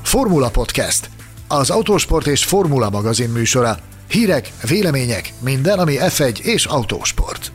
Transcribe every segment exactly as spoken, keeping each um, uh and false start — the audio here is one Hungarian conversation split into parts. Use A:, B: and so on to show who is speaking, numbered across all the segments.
A: Formula Podcast, az autósport és formula magazin műsora. Hírek, vélemények, minden, ami ef egy és autósport.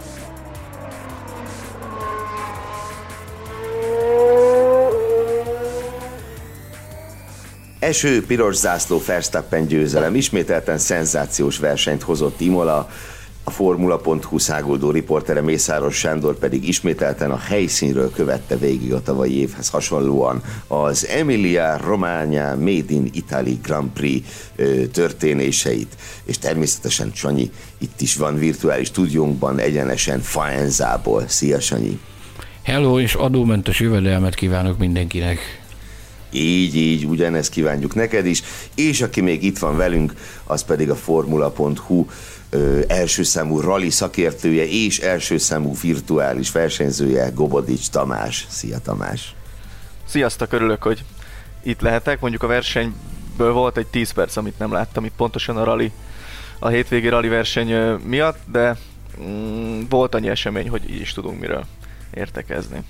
B: Eső, piros zászló, Verstappen győzelem, ismételten szenzációs versenyt hozott Imola, a Formula pont hu száguldó riportere Mészáros Sándor pedig ismételten a helyszínről követte végig a tavalyi évhez hasonlóan az Emilia-Romagna Made in Italy Grand Prix ö, történéseit. És természetesen Sanyi itt is van virtuális stúdiónkban, egyenesen Faenzából. Szia, Sanyi!
C: Hello, és adómentes jövedelmet kívánok mindenkinek!
B: Így, így, ugyanezt kívánjuk neked is, és aki még itt van velünk, az pedig a Formula pont hu ö, első számú rally szakértője és első számú virtuális versenyzője, Gobodics Tamás. Szia, Tamás!
D: Sziasztok, örülök, hogy itt lehetek. Mondjuk a versenyből volt egy tíz perc, amit nem láttam, itt pontosan a rally, a hétvégi rally verseny miatt, de mm, volt annyi esemény, hogy így is tudunk miről értekezni.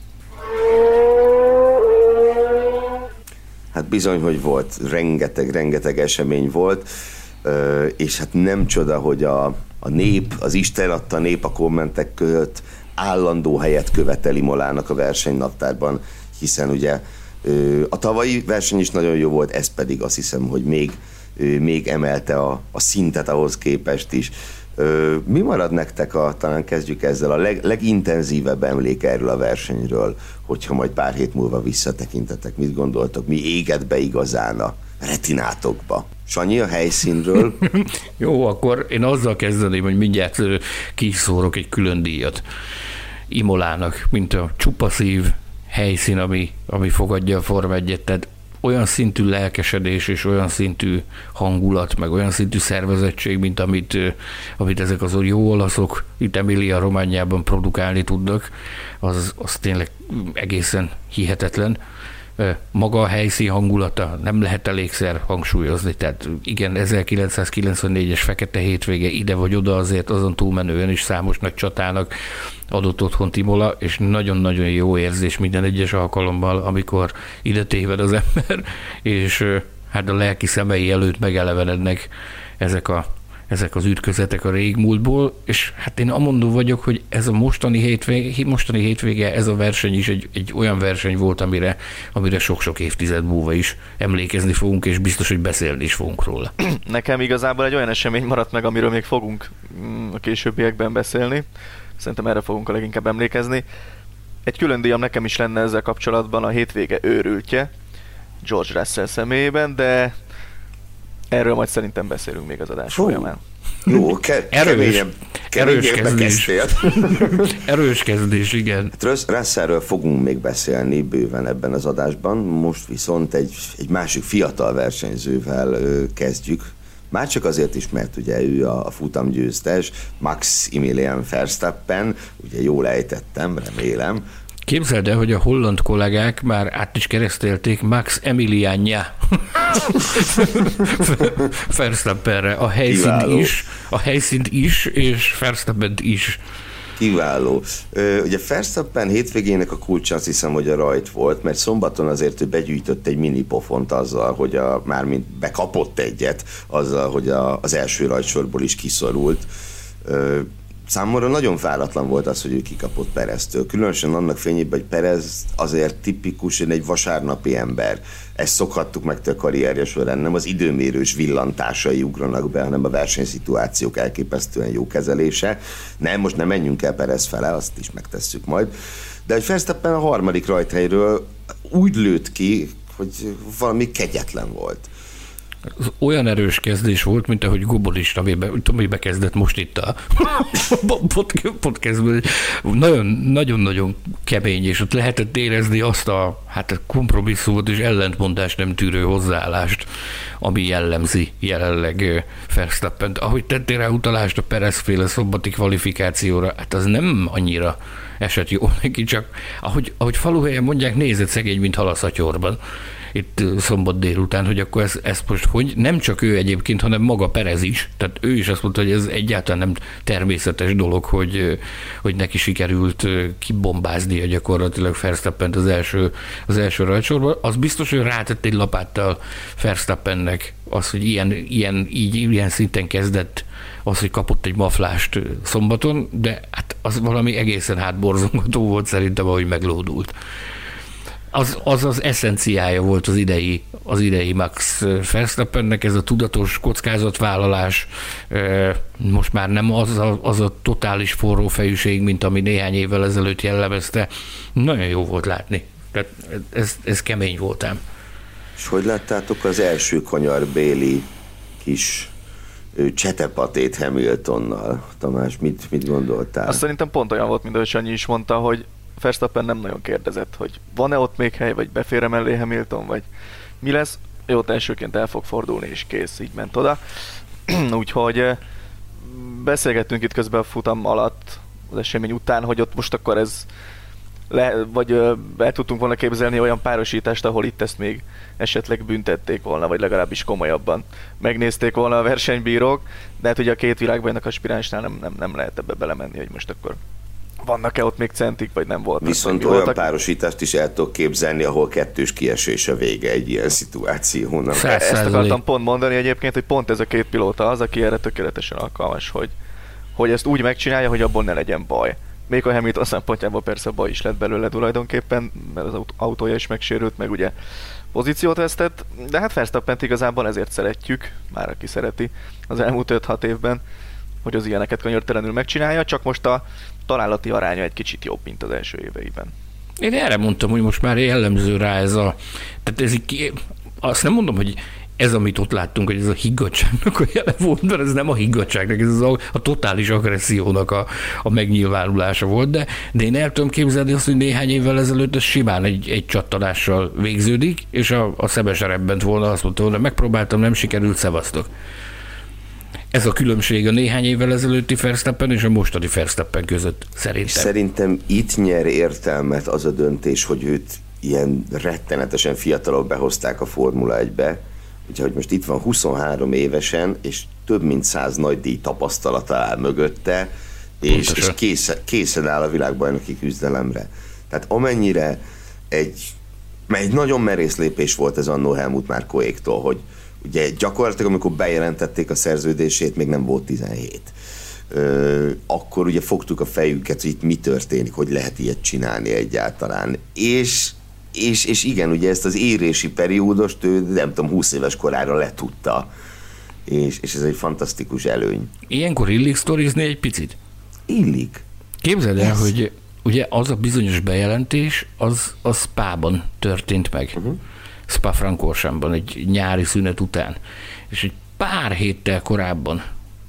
B: Hát bizony, hogy volt, rengeteg, rengeteg esemény volt, és hát nem csoda, hogy a, a nép, az Isten adta nép a kommentek között állandó helyet követel Imolának a versenynaptárban, hiszen ugye a tavalyi verseny is nagyon jó volt, ez pedig azt hiszem, hogy még, még emelte a, a szintet ahhoz képest is. Mi marad nektek, a, talán kezdjük ezzel, a leg, legintenzívebb emlék erről a versenyről, hogyha majd pár hét múlva visszatekintetek, mit gondoltok, mi éget be igazán a retinátokba? Sanyi, a helyszínről?
C: Jó, akkor én azzal kezdeném, hogy mindjárt kiszórok egy külön díjat Imolának, mint a csupaszív helyszín, ami, ami fogadja a Forma egyet, tehát olyan szintű lelkesedés és olyan szintű hangulat, meg olyan szintű szervezettség, mint amit, amit ezek az jó olaszok itt Emilia-Romagnában produkálni tudnak, az, az tényleg egészen hihetetlen. Maga a helyszín hangulata nem lehet elégszer hangsúlyozni, tehát igen, ezerkilencszázkilencvennégyes fekete hétvége ide vagy oda, azért azon túlmenően is számos nagy csatának adott otthont Imola, és nagyon-nagyon jó érzés minden egyes alkalommal, amikor ide téved az ember, és hát a lelki szemei előtt megelevenednek ezek a ezek az ütközetek a régmúltból, és hát én amondó vagyok, hogy ez a mostani hétvége, mostani hétvége ez a verseny is egy, egy olyan verseny volt, amire, amire sok-sok évtized múlva is emlékezni fogunk, és biztos, hogy beszélni is fogunk róla.
D: Nekem igazából egy olyan esemény maradt meg, amiről még fogunk a későbbiekben beszélni. Szerintem erre fogunk a leginkább emlékezni. Egy külön díjam nekem is lenne ezzel kapcsolatban a hétvége őrültje, George Russell személyében, de erről majd szerintem beszélünk még az adás folyamán.
B: Jó, ke-
C: erős, erős
B: kezdés.
C: Erős kezdés, igen.
B: Hát Russellről fogunk még beszélni bőven ebben az adásban, most viszont egy, egy másik fiatal versenyzővel ö, kezdjük. Már csak azért is, mert ugye ő a, a futamgyőztes, Maximilian Verstappen, ugye jól ejtettem, remélem.
C: Képzeld el, hogy a holland kollégák már át is keresztelték Max Emiliania Verstappenre. A helyszínt is, a helyszínt is, és Verstappent is.
B: Kiváló. Ö, ugye Verstappen hétvégének a kulcsa azt hiszem, hogy a rajt volt, mert szombaton azért ő begyűjtött egy mini pofont azzal, hogy a, mármint bekapott egyet, azzal, hogy a, az első rajtsorból is kiszorult. Ö, Számomra nagyon váratlan volt az, hogy ő kikapott Pereztől. Különösen annak fényében, hogy Perez azért tipikusan egy vasárnapi ember. Ezt szokhattuk meg a karrierje során. Nem az időmérős villantásai ugranak be, hanem a versenyszituációk elképesztően jó kezelése. Nem, most nem menjünk el Perez fele, azt is megtesszük majd. De hogy Verstappen a harmadik rajthelyről úgy lőtt ki, hogy valami kegyetlen volt.
C: Olyan erős kezdés volt, mint ahogy Gobodics Tomi bekezdett most itt a podcastban. Nagyon-nagyon kemény, és ott lehetett érezni azt a hát kompromisszumot és ellentmondást nem tűrő hozzáállást, ami jellemzi jelenleg Verstappent. Ahogy tettél rá utalást a Perez-féle szombati kvalifikációra, hát az nem annyira esett jó neki, csak ahogy, ahogy faluhelyen mondják, nézett szegény, mint hal a szatyorban. itt szombat délután, hogy akkor ez, ez most hogy, nem csak ő egyébként, hanem maga Perez is, tehát ő is azt mondta, hogy ez egyáltalán nem természetes dolog, hogy, hogy neki sikerült kibombáznia gyakorlatilag Verstappent az első, az első rajtsorban. Az biztos, hogy rátett egy lapáttal Verstappennek az, hogy ilyen, ilyen, így, ilyen szinten kezdett, az, hogy kapott egy maflást szombaton, de hát az valami egészen hátborzongató volt szerintem, ahogy meglódult. Az, az az eszenciája volt az idei, az idei Max Verstappennek, ez a tudatos kockázatvállalás, most már nem az a, az a totális forró fejűség, mint ami néhány évvel ezelőtt jellemezte. Nagyon jó volt látni. Tehát ez, ez kemény voltám.
B: És hogy láttátok az első kanyarbéli kis csetepatét Hamiltonnal? Tamás, mit, mit gondoltál?
D: Azt szerintem pont olyan volt, mint ahogy Sanyi is mondta, hogy Verstappen nem nagyon kérdezett, hogy van-e ott még hely, vagy befér mellé Hamilton, vagy mi lesz. Jó, elsőként el fog fordulni, és kész, így ment oda. Úgyhogy beszélgettünk itt közben a futam alatt, az esemény után, hogy ott most akkor ez le, vagy el tudtunk volna képzelni olyan párosítást, ahol itt ezt még esetleg büntették volna, vagy legalábbis komolyabban megnézték volna a versenybírók, de hát ugye a két világbajnok aspiránsnál nem, nem, nem lehet ebbe belemenni, hogy most akkor vannak-e ott még centik, vagy nem voltak.
B: Viszont olyan voltak. Párosítást is el tudok képzelni, ahol kettős kiesés a vége egy ilyen szituációnak.
D: Ezt akartam pont mondani egyébként, hogy pont ez a két pilóta az, aki erre tökéletesen alkalmas, hogy, hogy ezt úgy megcsinálja, hogy abból ne legyen baj. Még a Hamilton szempontjából persze baj is lett belőle tulajdonképpen, mert az autója is megsérült, meg ugye pozíciót vesztett, de hát Verstappent igazából ezért szeretjük, már aki szereti az elmúlt öt-hat évben, hogy az ilyeneket kanyartelenül megcsinálja, csak most a találati aránya egy kicsit jobb, mint az első éveiben.
C: Én erre mondtam, hogy most már jellemző rá ez a... Tehát ez így, azt nem mondom, hogy ez, amit ott láttunk, hogy ez a higgadságnak a jele volt, mert ez nem a higgadságnak, ez a, a totális agressziónak a, a megnyilvánulása volt, de, de én el tudom képzelni azt, hogy néhány évvel ezelőtt ez simán egy, egy csattalással végződik, és a, a Szebesen rebbent volna, azt mondta volna, megpróbáltam, nem sikerült, szevasztok. Ez a különbség a néhány évvel ezelőtti Verstappen és a mostani Verstappen között szerintem.
B: Szerintem itt nyer értelmet az a döntés, hogy őt ilyen rettenetesen fiatalabb behozták a Formula egybe. Úgyhogy most itt van huszonhárom évesen, és több mint száz nagydíj tapasztalata áll mögötte, és, és készen, készen áll a világbajnoki küzdelemre. Tehát amennyire egy, egy nagyon merész lépés volt ez annó Helmut Markoéktól, hogy ugye gyakorlatilag, amikor bejelentették a szerződését, még nem volt tizenhét. Ö, akkor ugye fogtuk a fejünket, hogy itt mi történik, hogy lehet ilyet csinálni egyáltalán. És, és, és igen, ugye ezt az érési periódust ő, nem tudom, húsz éves korára letudta. És, és ez egy fantasztikus előny.
C: Ilyenkor illik sztorizni egy picit?
B: Illik.
C: Képzeld el, hogy ugye az a bizonyos bejelentés, az, az Spában történt meg. Uh-huh. Spa-Francorchamban egy nyári szünet után. És egy pár héttel korábban,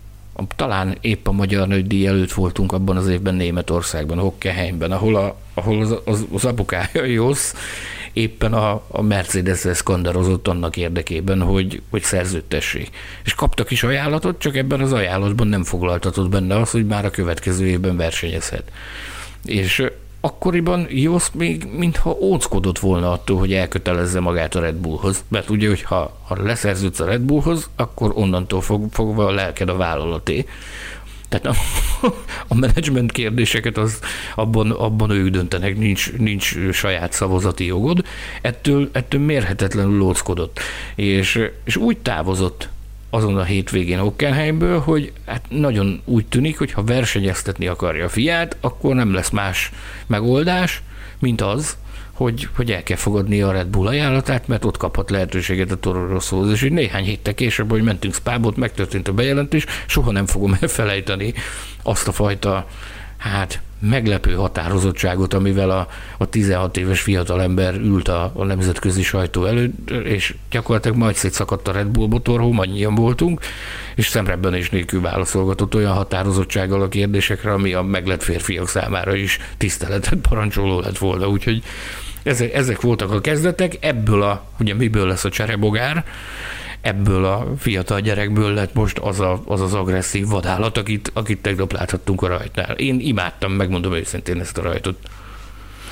C: talán épp a Magyar Nődíj előtt voltunk abban az évben Németországban, Hockenheimben, ahol, a, ahol az, az, az apukája Jos éppen a, a Mercedes-re szkandarozott annak érdekében, hogy, hogy szerződtessék. És kaptak is ajánlatot, csak ebben az ajánlatban nem foglaltatott benne az, hogy már a következő évben versenyezhet. És akkoriban Jos még mintha óckodott volna attól, hogy elkötelezze magát a Red Bullhoz. Mert ugye, hogy ha, ha leszerződsz a Red Bullhoz, akkor onnantól fog, fogva a lelked a vállalaté. Tehát a, a menedzsment kérdéseket az, abban, abban ők döntenek, nincs, nincs saját szavazati jogod. Ettől, ettől mérhetetlenül óckodott. És, és úgy távozott azon a hétvégén Hockenheimből, hogy hát nagyon úgy tűnik, hogy ha versenyeztetni akarja a fiát, akkor nem lesz más megoldás, mint az, hogy, hogy el kell fogadni a Red Bull ajánlatát, mert ott kaphat lehetőséget a Toro Rossóhoz. És így néhány héttel később, hogy mentünk Spába, megtörtént a bejelentés, soha nem fogom elfelejteni azt a fajta, hát meglepő határozottságot, amivel a, a tizenhat éves fiatalember ült a, a nemzetközi sajtó előtt, és gyakorlatilag majd szétszakadt a Red Bull motorhóm, annyian voltunk, és szemrebbenés nélkül válaszolgatott olyan határozottsággal a kérdésekre, ami a meglett férfiak számára is tiszteletet parancsoló lett volna. Úgyhogy ezek, ezek voltak a kezdetek, ebből a, ugye miből lesz a cserebogár, ebből a fiatal gyerekből lett most az a, az, az agresszív vadállat, akit, akit tegnap láthattunk a rajtnál. Én imádtam, megmondom őszintén ezt a rajtot.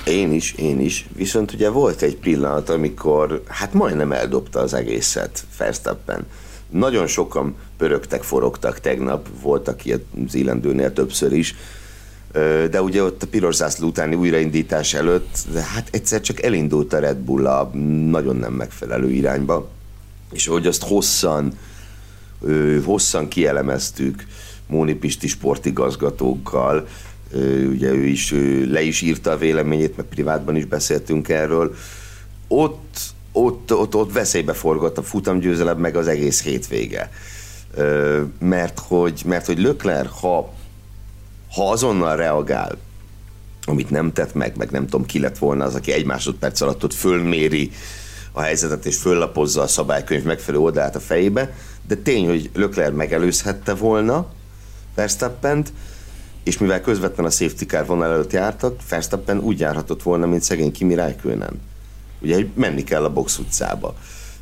B: Én is, én is. Viszont ugye volt egy pillanat, amikor hát majdnem eldobta az egészet Verstappen. Nagyon sokan pörögtek, forogtak tegnap, volt aki az illendőnél többször is, de ugye ott a piros zászló utáni újraindítás előtt, de hát egyszer csak elindult a Red Bull a nagyon nem megfelelő irányba, és ahogy azt hosszan, hosszan kielemeztük Móni Pisti sportigazgatókkal, ugye ő is le is írta a véleményét, meg privátban is beszéltünk erről, ott, ott, ott, ott veszélybe forgott a futamgyőzelem, meg az egész hétvége. Mert hogy, mert hogy Leclerc, ha, ha azonnal reagál, amit nem tett meg, meg nem tudom ki lett volna az, aki egy másodperc alatt ott fölméri a helyzetet és föllapozza a szabálykönyv megfelelő oldalát a fejébe, de tény, hogy Leclerc megelőzhette volna Verstappent, és mivel közvetlen a safety car vonal előtt jártak, Verstappen úgy járhatott volna, mint szegény Kimi Räikkönen. Ugye, hogy menni kell a box utcába.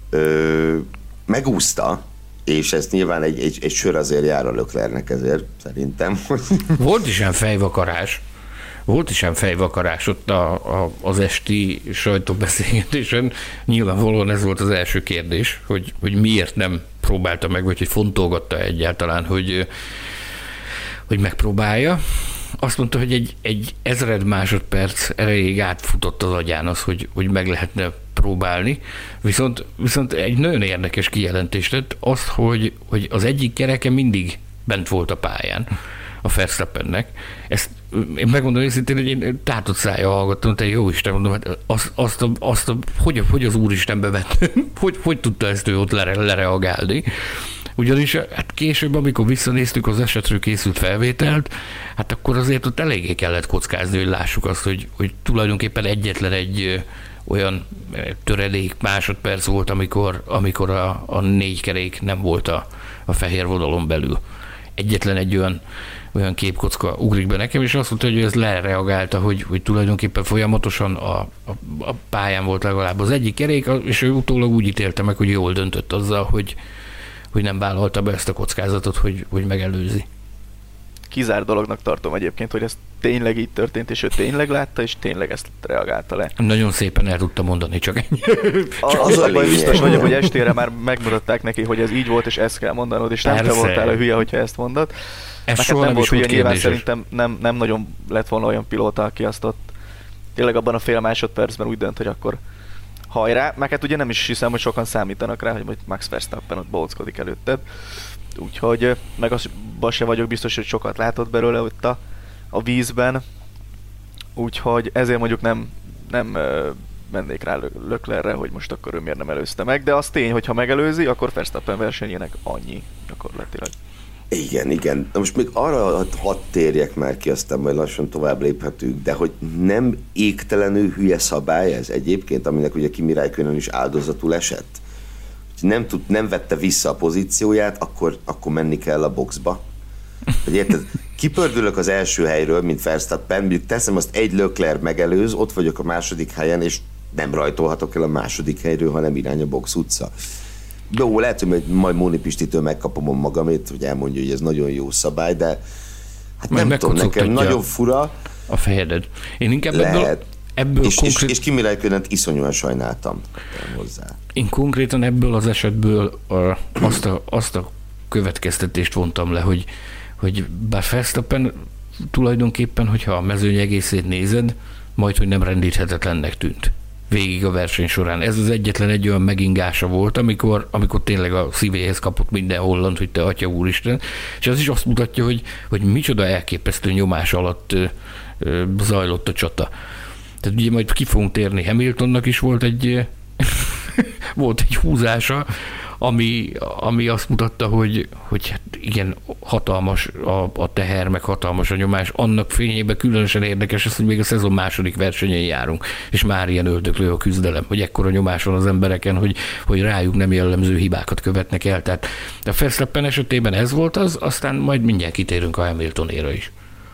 B: Ö, megúszta, és ez nyilván egy, egy, egy sör azért jár a Leclercnek ezért, szerintem.
C: Volt is ilyen fejvakarás. Volt is ilyen fejvakarás ott a, a, az esti sajtóbeszélgetésen. Nyilvánvalóan ez volt az első kérdés, hogy, hogy miért nem próbálta meg, vagy hogy fontolgatta egyáltalán, hogy hogy megpróbálja. Azt mondta, hogy egy, egy ezred másodperc erejéig átfutott az agyán az, hogy, hogy meg lehetne próbálni. Viszont, viszont egy nagyon érdekes kijelentést tett azt, hogy, hogy az egyik kereke mindig bent volt a pályán a Verstappennek. Ezt én megmondom őszintén, hogy én tátott szája hallgattam, te jó Isten, mondom, hát azt, azt, a, azt a, hogy, hogy az Úristenbe vett, hogy, hogy tudta ezt ő ott lere, lereagálni. Ugyanis hát később, amikor visszanéztük az esetről készült felvételt, hát akkor azért ott eléggé kellett kockázni, hogy lássuk azt, hogy, hogy tulajdonképpen egyetlen egy olyan töredék másodperc volt, amikor, amikor a, a négy kerék nem volt a, a fehér vonalon belül. Egyetlen egy olyan, olyan képkocka ugrik be nekem, és azt mondta, hogy ez lereagálta, hogy, hogy tulajdonképpen folyamatosan a, a, a pályán volt legalább az egyik kerék, és ő utólag úgy ítélte meg, hogy jól döntött azzal, hogy hogy nem vállalta be ezt a kockázatot, hogy, hogy megelőzi.
D: Kizár dolognak tartom egyébként, hogy ez tényleg így történt, és ő tényleg látta, és tényleg ezt reagálta le.
C: Nagyon szépen el tudta mondani, csak ennyi.
D: Csak az a baj, biztos vagyok, hogy estére már megmutatták neki, hogy ez így volt, és ezt kell mondanod, és nem te voltál a hülye, hogyha ezt mondod.
C: Ez
D: soha nem, nem volt hülye, nyilván szerintem nem, nem nagyon lett volna olyan pilóta, aki azt ott tényleg abban a fél másodpercben úgy dönt, hogy akkor hajrá, meg hát ugye nem is hiszem, hogy sokan számítanak rá, hogy Max Verstappen ott bóckodik előtted. Úgyhogy meg azban se vagyok biztos, hogy sokat látott belőle ott a, a vízben. Úgyhogy ezért mondjuk nem, nem mennék rá Leclercre, hogy most akkor ő miért nem előzte meg, de az tény, hogy ha megelőzi, akkor Verstappen versenyének annyi gyakorlatilag.
B: Igen, igen. Most még arra hadd térjek már ki, aztán majd lassan tovább léphetünk, de hogy nem égtelenül hülye szabály ez egyébként, aminek ugye Kimi Räikkönen is áldozatul esett. Nem, tud, nem vette vissza a pozícióját, akkor, akkor menni kell a boxba. Hogy érted? Kipördülök az első helyről, mint Verstappen, mondjuk teszem azt, egy Leclerc megelőz, ott vagyok a második helyen, és nem rajtolhatok el a második helyről, hanem irány a box utca. Jó, lehet, hogy majd Móni Pistitől megkapom a magamét, hogy elmondja, hogy ez nagyon jó szabály, de hát
C: majd
B: nem tudom, nekem nagyon fura.
C: A fejedet. Én inkább
B: lehet.
C: ebből, ebből
B: és,
C: konkrét...
B: és, és Kimi Räikkönen iszonyúan sajnáltam hozzá.
C: Én konkrétan ebből az esetből a, azt, a, azt a következtetést vontam le, hogy, hogy bár Verstappen tulajdonképpen, hogyha a mezőny egészét nézed, majd, hogy nem rendíthetetlennek tűnt végig a verseny során. Ez az egyetlen egy olyan megingása volt, amikor, amikor tényleg a szívéhez kapott minden holland, hogy te atya úristen, és az is azt mutatja, hogy, hogy micsoda elképesztő nyomás alatt ö, ö, zajlott a csata. Tehát ugye majd ki fogunk térni, Hamiltonnak is volt egy volt egy húzása, ami, ami azt mutatta, hogy, hogy hát igen, hatalmas a, a teher, meg hatalmas a nyomás. Annak fényében különösen érdekes az, hogy még a szezon második versenyén járunk, és már ilyen öldöklő a küzdelem, hogy ekkora nyomás van az embereken, hogy, hogy rájuk nem jellemző hibákat követnek el. Tehát a Verstappen esetében ez volt az, aztán majd mindjárt kitérünk a Hamiltonéra is.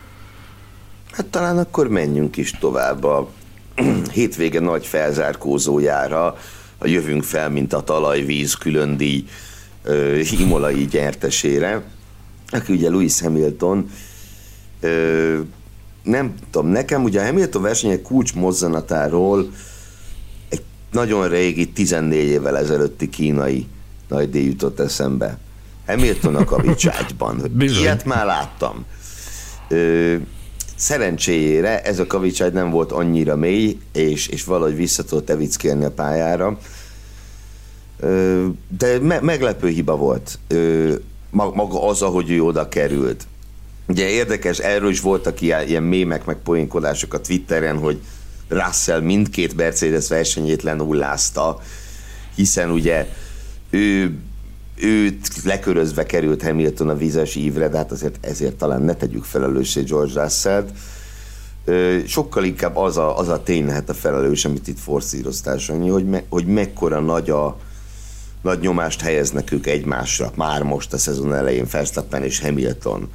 B: Hát talán akkor menjünk is tovább a hétvége nagy felzárkózójára, a Jövünk fel, mint a talajvíz különdíj uh, imolai gyertesére, aki ugye Lewis Hamilton uh, nem tudom, nekem ugye a Hamilton versenyek kulcs mozzanatáról egy nagyon régi, tizennégy évvel ezelőtti kínai nagydíj jutott eszembe. Hamilton a kavicságyban. Ilyet már láttam. Ö, szerencséjére ez a kavicságy nem volt annyira mély, és, és valahogy vissza tudott evickélni a pályára. Ö, de me- meglepő hiba volt. Ö, maga az, ahogy ő oda került. Ugye érdekes, erről is voltak ilyen, ilyen mémek, meg poénkodások a Twitteren, hogy Russell mindkét Mercedes versenyét lenullázta, hiszen ugye ő, őt lekörözve került Hamilton a vízes ívre, de hát azért ezért talán ne tegyük felelőssé George Russellt. Sokkal inkább az a, az a tény lehet a felelős, amit itt forszíroztás annyi, hogy, me, hogy mekkora nagy a nagy nyomást helyeznek ők egymásra, már most a szezon elején Verstappen és Hamilton.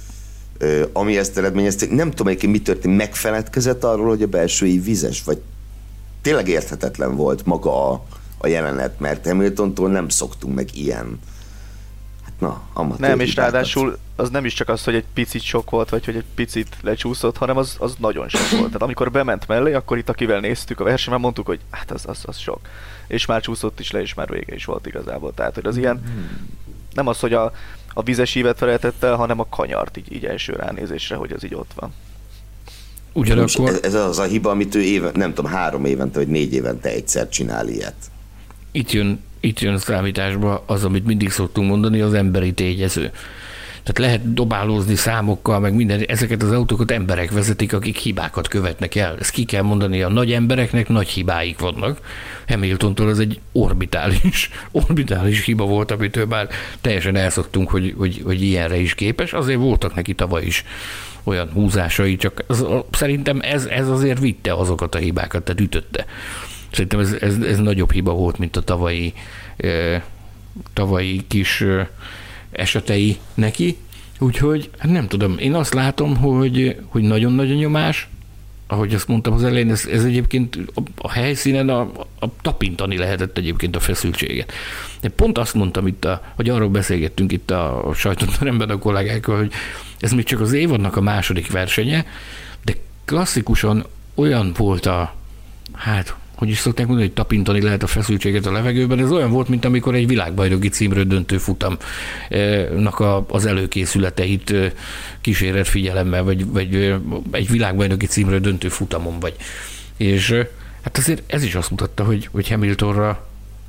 B: Ö, ami ezt eredményezték, nem tudom egyébként mi történt, megfeledkezett arról, hogy a belső ív vizes, vagy tényleg érthetetlen volt maga a, a jelenet, mert Hamiltontól nem szoktunk meg ilyen. Hát na, amatőr
D: nem, és
B: hibákat.
D: ráadásul az nem is csak az, hogy egy picit sok volt, vagy hogy egy picit lecsúszott, hanem az, az nagyon sok volt. Tehát amikor bement mellé, akkor itt akivel néztük a versenyben, mondtuk, hogy hát az, az, az sok. És már csúszott is le, és már vége is volt igazából. Tehát, hogy az ilyen, nem az, hogy a, a vizes ívet felejtette el, hanem a kanyart így, így első ránézésre, hogy az így ott van.
C: Ugyanakkor...
B: Ez, ez az a hiba, amit ő éve, nem tudom, három évente, vagy négy évente egyszer csinál ilyet.
C: Itt jön, itt jön számításba az, amit mindig szoktunk mondani, az emberi tényező. Tehát lehet dobálózni számokkal, meg minden, ezeket az autókat emberek vezetik, akik hibákat követnek el. Ezt ki kell mondani, a nagy embereknek nagy hibáik vannak. Hamiltontól ez egy orbitális, orbitális hiba volt, amitől már teljesen elszoktunk, hogy, hogy, hogy ilyenre is képes. Azért voltak neki tavaly is olyan húzásai, csak az, szerintem ez, ez azért vitte azokat a hibákat, tehát ütötte. Szerintem ez, ez, ez nagyobb hiba volt, mint a tavalyi, eh, tavalyi kis eh, esetei neki, úgyhogy hát nem tudom, én azt látom, hogy, hogy nagyon nagy a nyomás, ahogy azt mondtam az elején, ez, ez egyébként a, a helyszínen a, a tapintani lehetett egyébként a feszültséget. Én pont azt mondtam itt, a, hogy arról beszélgettünk itt a, a sajtóteremben a kollégákkal, hogy ez még csak az évadnak a második versenye, de klasszikusan olyan volt a, hát hogy is szokták mondani, hogy tapintani lehet a feszültséget a levegőben, ez olyan volt, mint amikor egy világbajnoki címről döntő futamnak az előkészületeit kíséret figyelemmel, vagy, vagy egy világbajnoki címről döntő futamon vagy. És hát azért ez is azt mutatta, hogy, hogy Hamiltonra,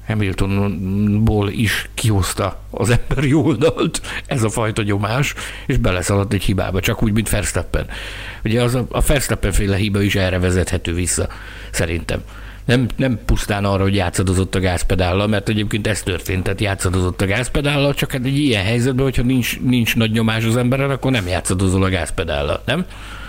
C: Hamiltonból is kihozta az emberi oldalt ez a fajta nyomás, és beleszaladt egy hibába, csak úgy, mint Verstappen. Ugye az a, a Verstappen-féle hiba is erre vezethető vissza, szerintem. Nem, nem pusztán arra, hogy játszadozott a gázpedállal, mert egyébként ez történt, tehát játszadozott a gázpedállal, csak hát egy ilyen helyzetben, hogyha nincs, nincs nagy nyomás az emberen, akkor nem játszadozol a gázpedállal, nem?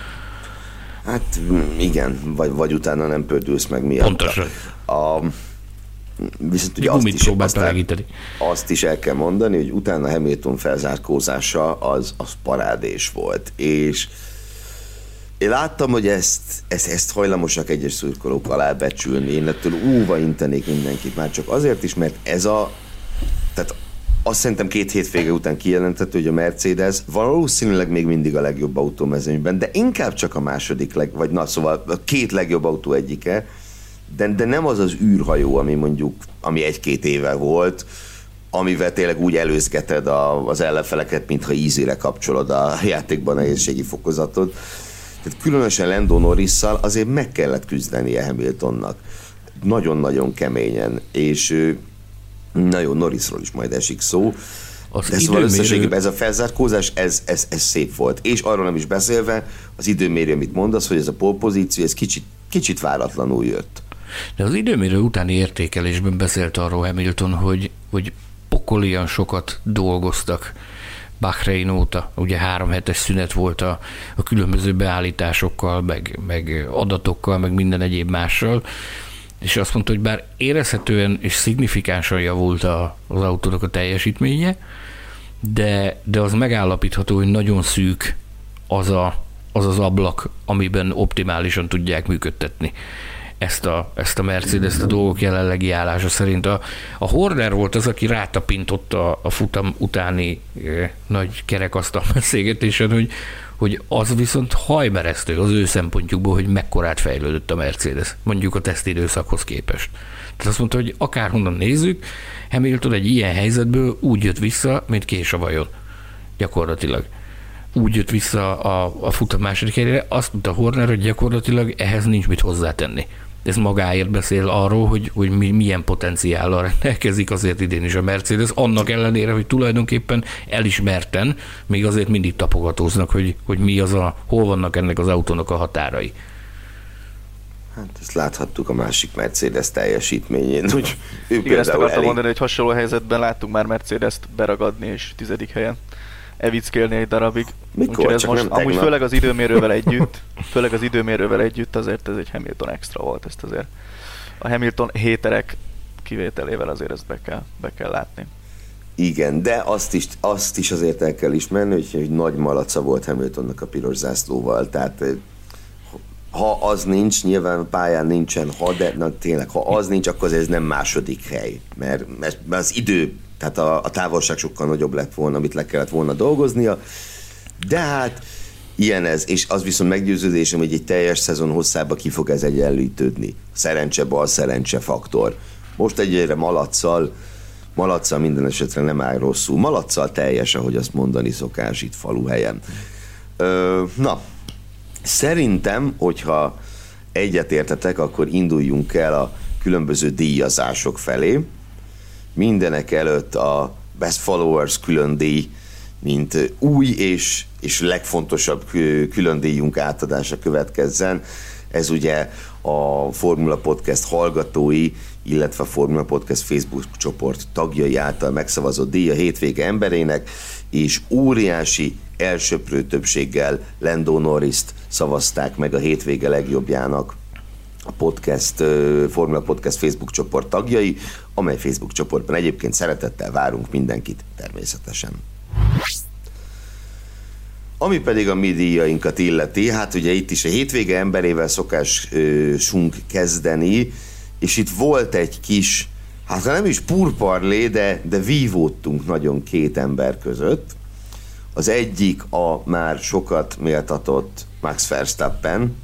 B: Hát igen, vagy, vagy utána nem pördülsz meg miatt.
C: Pontosan.
B: A, viszont ugye azt is, azt, el, azt is el kell mondani, hogy utána Hamilton felzárkózása az, az parádés volt, és én láttam, hogy ezt, ezt, ezt hajlamosak egyes szurkolók alábecsülni. Én ettől óva intenék mindenkit, már csak azért is, mert ez a... Tehát azt szerintem két hétvége után kijelenthető, hogy a Mercedes valószínűleg még mindig a legjobb autó mezőnyben, de inkább csak a második leg... Vagy na, szóval a két legjobb autó egyike, de, de nem az az űrhajó, ami mondjuk, ami egy-két éve volt, amivel tényleg úgy előzgeted a, az ellenfeleket, mintha easy-re kapcsolod a játékban a nehézségi fokozatot. Tehát különösen Lando Norrisszal azért meg kellett küzdenie Hamiltonnak. Nagyon-nagyon keményen, és nagyon Norrisról is majd esik szó. Az de szóval összességében ez a felzárkózás, ez, ez, ez szép volt. És arról nem is beszélve, az időmérő, amit mondasz, hogy ez a pole pozíció, ez kicsit, kicsit váratlanul jött.
C: De az időmérő utáni értékelésben beszélt arról Hamilton, hogy, hogy pokolian sokat dolgoztak Bahrein óta, ugye három hetes szünet volt a, a különböző beállításokkal, meg, meg adatokkal, meg minden egyéb mással, és azt mondta, hogy bár érezhetően és szignifikánsan javult a, az autónak a teljesítménye, de, de az megállapítható, hogy nagyon szűk az, a, az az ablak, amiben optimálisan tudják működtetni ezt a, ezt a Mercedes-t a dolgok jelenlegi állása szerint. A, a Horner volt az, aki rátapintott a, a futam utáni e, nagy kerekasztal beszélgetésen, hogy, hogy az viszont hajmeresztő az ő szempontjukból, hogy mekkorát fejlődött a Mercedes, mondjuk a tesztidőszakhoz képest. Tehát azt mondta, hogy akárhonnan nézzük, Hamilton egy ilyen helyzetből úgy jött vissza, mint kés a vajon. Gyakorlatilag. Úgy jött vissza a, a futam második helyére, azt mondta Horner, hogy gyakorlatilag ehhez nincs mit hozzátenni. Ez magáért beszél arról, hogy, hogy mi, milyen potenciállal rendelkezik azért idén is a Mercedes, annak ellenére, hogy tulajdonképpen elismerten még azért mindig tapogatóznak, hogy, hogy mi az a, hol vannak ennek az autónak a határai.
B: Hát ezt láthattuk a másik Mercedes teljesítményén. Úgy, ő
D: Igen, ezt akartam
B: elég...
D: mondani, hogy hasonló helyzetben láttuk már Mercedes-t beragadni és tizedik helyen evickélni egy darabig.
B: Mikor?
D: Ez
B: Csak
D: most,
B: nem
D: amúgy
B: tegnap.
D: főleg az időmérővel együtt, főleg az időmérővel együtt azért ez egy Hamilton extra volt, ezt azért a Hamilton héterek kivételével azért ezt be kell, be kell látni.
B: Igen, de azt is, azt is azért el kell ismerni, hogy, hogy nagy malaca volt Hamiltonnak a piros zászlóval, tehát ha az nincs, nyilván a pályán nincsen, ha, de na, tényleg, ha az nincs, akkor ez nem második hely, mert, mert az idő, tehát a, a távolság sokkal nagyobb lett volna, amit le kellett volna dolgoznia, de hát ilyen ez, és az viszont meggyőződésem, hogy egy teljes szezon hosszába ki fog ez egyenlítődni. Szerencse, bal szerencse faktor. Most egyre malacsal, malacsal minden esetre nem áll rosszul. Malacsal teljes, ahogy azt mondani szokás itt faluhelyen. Ö, na, szerintem, hogyha egyetértetek, akkor induljunk el a különböző díjazások felé. Mindenek előtt a Best Followers külön díj, mint új és, és legfontosabb külön díjunk átadása következzen. Ez ugye a Formula Podcast hallgatói, illetve a Formula Podcast Facebook csoport tagjai által megszavazott díj a hétvége emberének, és óriási elsöprő többséggel Lando Norrist szavazták meg a hétvége legjobbjának a podcast, Formula Podcast Facebook csoport tagjai, amely Facebook csoportban egyébként szeretettel várunk mindenkit természetesen. Ami pedig a mi díjainkat illeti, hát ugye itt is a hétvége emberével szokásunk kezdeni, és itt volt egy kis, hát nem is purparlé, de, de vívódtunk nagyon két ember között. Az egyik a már sokat méltatott Max Verstappen,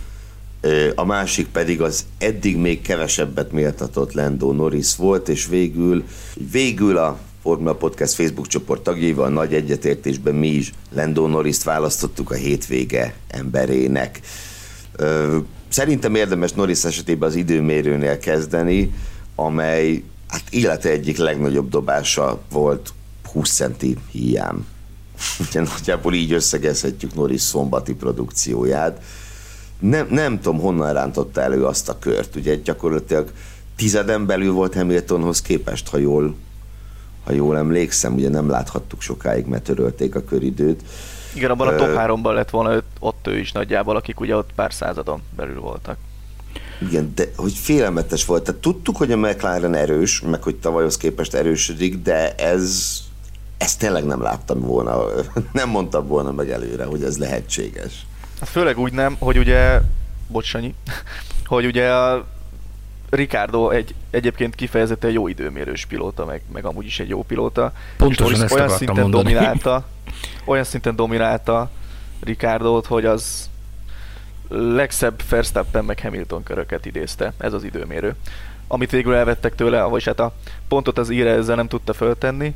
B: a másik pedig az eddig még kevesebbet méltatott Lando Norris volt, és végül, végül a Formula Podcast Facebook csoport tagjaival nagy egyetértésben mi is Lando Norrist választottuk a hétvége emberének. Szerintem érdemes Norris esetében az időmérőnél kezdeni, amely hát élete egyik legnagyobb dobása volt húsz centi híján. Ugye nagyjából így összegezhetjük Norris szombati produkcióját. Nem, nem tudom, honnan rántotta elő azt a kört. Ugye gyakorlatilag tizeden belül volt Hamiltonhoz képest, ha jól, ha jól emlékszem, ugye nem láthattuk sokáig, mert törölték a köridőt.
D: Igen, abban a top háromban lett volna ott, ott ő is nagyjából, akik ugye ott pár századon belül voltak.
B: Igen, de hogy félelmetes volt. Tehát tudtuk, hogy a McLaren erős, meg hogy tavalyhoz képest erősödik, de ez, ezt tényleg nem láttam volna, nem mondtam volna meg előre, hogy ez lehetséges.
D: Hát főleg úgy nem, hogy ugye, bocs Sanyi, hogy ugye a Ricardo egy egyébként kifejezetten jó időmérős pilóta, meg, meg amúgy is egy jó pilóta.
C: Pontosan ezt
D: olyan
C: akartam
D: szinten
C: mondani.
D: dominálta, olyan szinten dominálta Ricardót, hogy az legszebb Verstappen meg Hamilton köröket idézte, ez az időmérő. Amit végül elvettek tőle, vagyis hát a pontot az íre ezzel nem tudta föltenni,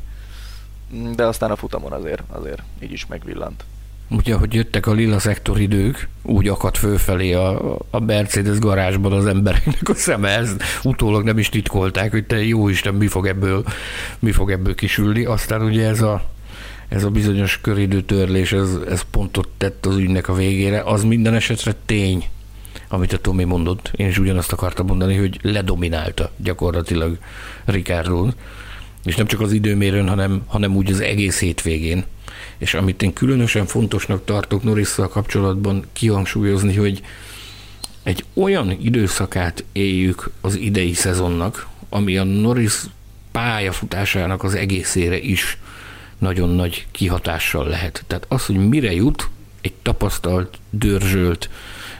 D: de aztán a futamon azért, azért így is megvillant.
C: Ugye, hogy jöttek a lila szektor idők, úgy akadt fölfelé a, a Mercedes garázsban az embereknek a szeme, ezt utólag nem is titkolták, hogy te jó Isten, mi fog ebből, mi fog ebből kisülni. Aztán ugye ez a, ez a bizonyos köridőtörlés, ez, ez pontot tett az ügynek a végére. Az minden esetre tény, amit a Tomi mondott. Én is ugyanazt akartam mondani, hogy ledominálta gyakorlatilag Ricardót. És nem csak az időmérőn, hanem, hanem úgy az egész hétvégén. És amit én különösen fontosnak tartok Norrisszal kapcsolatban kihangsúlyozni, hogy egy olyan időszakát éljük az idei szezonnak, ami a Norris pályafutásának az egészére is nagyon nagy kihatással lehet. Tehát az, hogy mire jut egy tapasztalt, dörzsölt,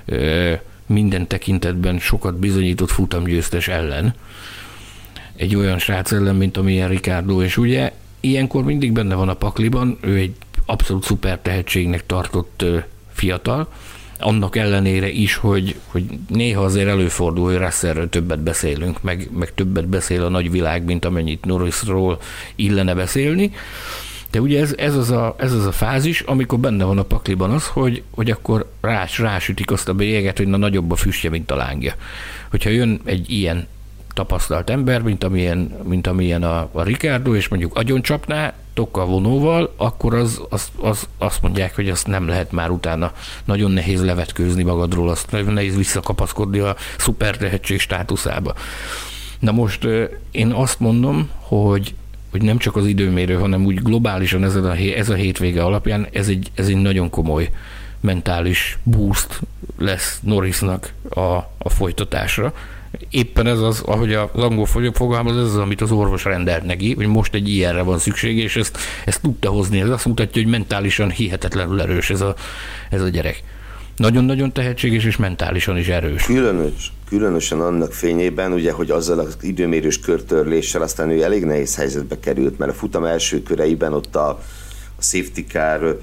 C: minden tekintetben sokat bizonyított futamgyőztes ellen, egy olyan srác ellen, mint amilyen Riccardo, és ugye ilyenkor mindig benne van a pakliban, ő egy abszolút szuper tehetségnek tartott fiatal, annak ellenére is, hogy, hogy néha azért előfordul, hogy Russellről többet beszélünk, meg, meg többet beszél a nagyvilág, mint amennyit Norrisról illene beszélni. De ugye ez, ez, az a, ez az a fázis, amikor benne van a pakliban az, hogy, hogy akkor rás, rásütik azt a bélyeget, hogy na nagyobb a füstje, mint a lángja. Hogyha jön egy ilyen tapasztalt ember, mint amilyen, mint amilyen a, a Ricciardo, és mondjuk agyoncsapná, tokkal vonóval, akkor az, az, az, azt mondják, hogy azt nem lehet már utána. Nagyon nehéz levetkőzni magadról, azt nagyon nehéz visszakapaszkodni a szupertehetség státuszába. Na most én azt mondom, hogy, hogy nem csak az időmérő, hanem úgy globálisan ez a, ez a hétvége alapján ez egy, ez egy nagyon komoly mentális boost lesz Norrisnak a, a folytatásra. Éppen ez az, ahogy az angol fogalmaz, ez az, amit az orvos rendelt neki, hogy most egy ilyenre van szükség, és ezt, ezt tudta hozni. Ez azt mutatja, hogy mentálisan hihetetlenül erős ez a, ez a gyerek. Nagyon-nagyon tehetséges, és mentálisan is erős.
B: Különös, különösen annak fényében, ugye, hogy azzal az időmérős körtörléssel aztán ő elég nehéz helyzetbe került, mert a futam első köreiben ott a, a safety car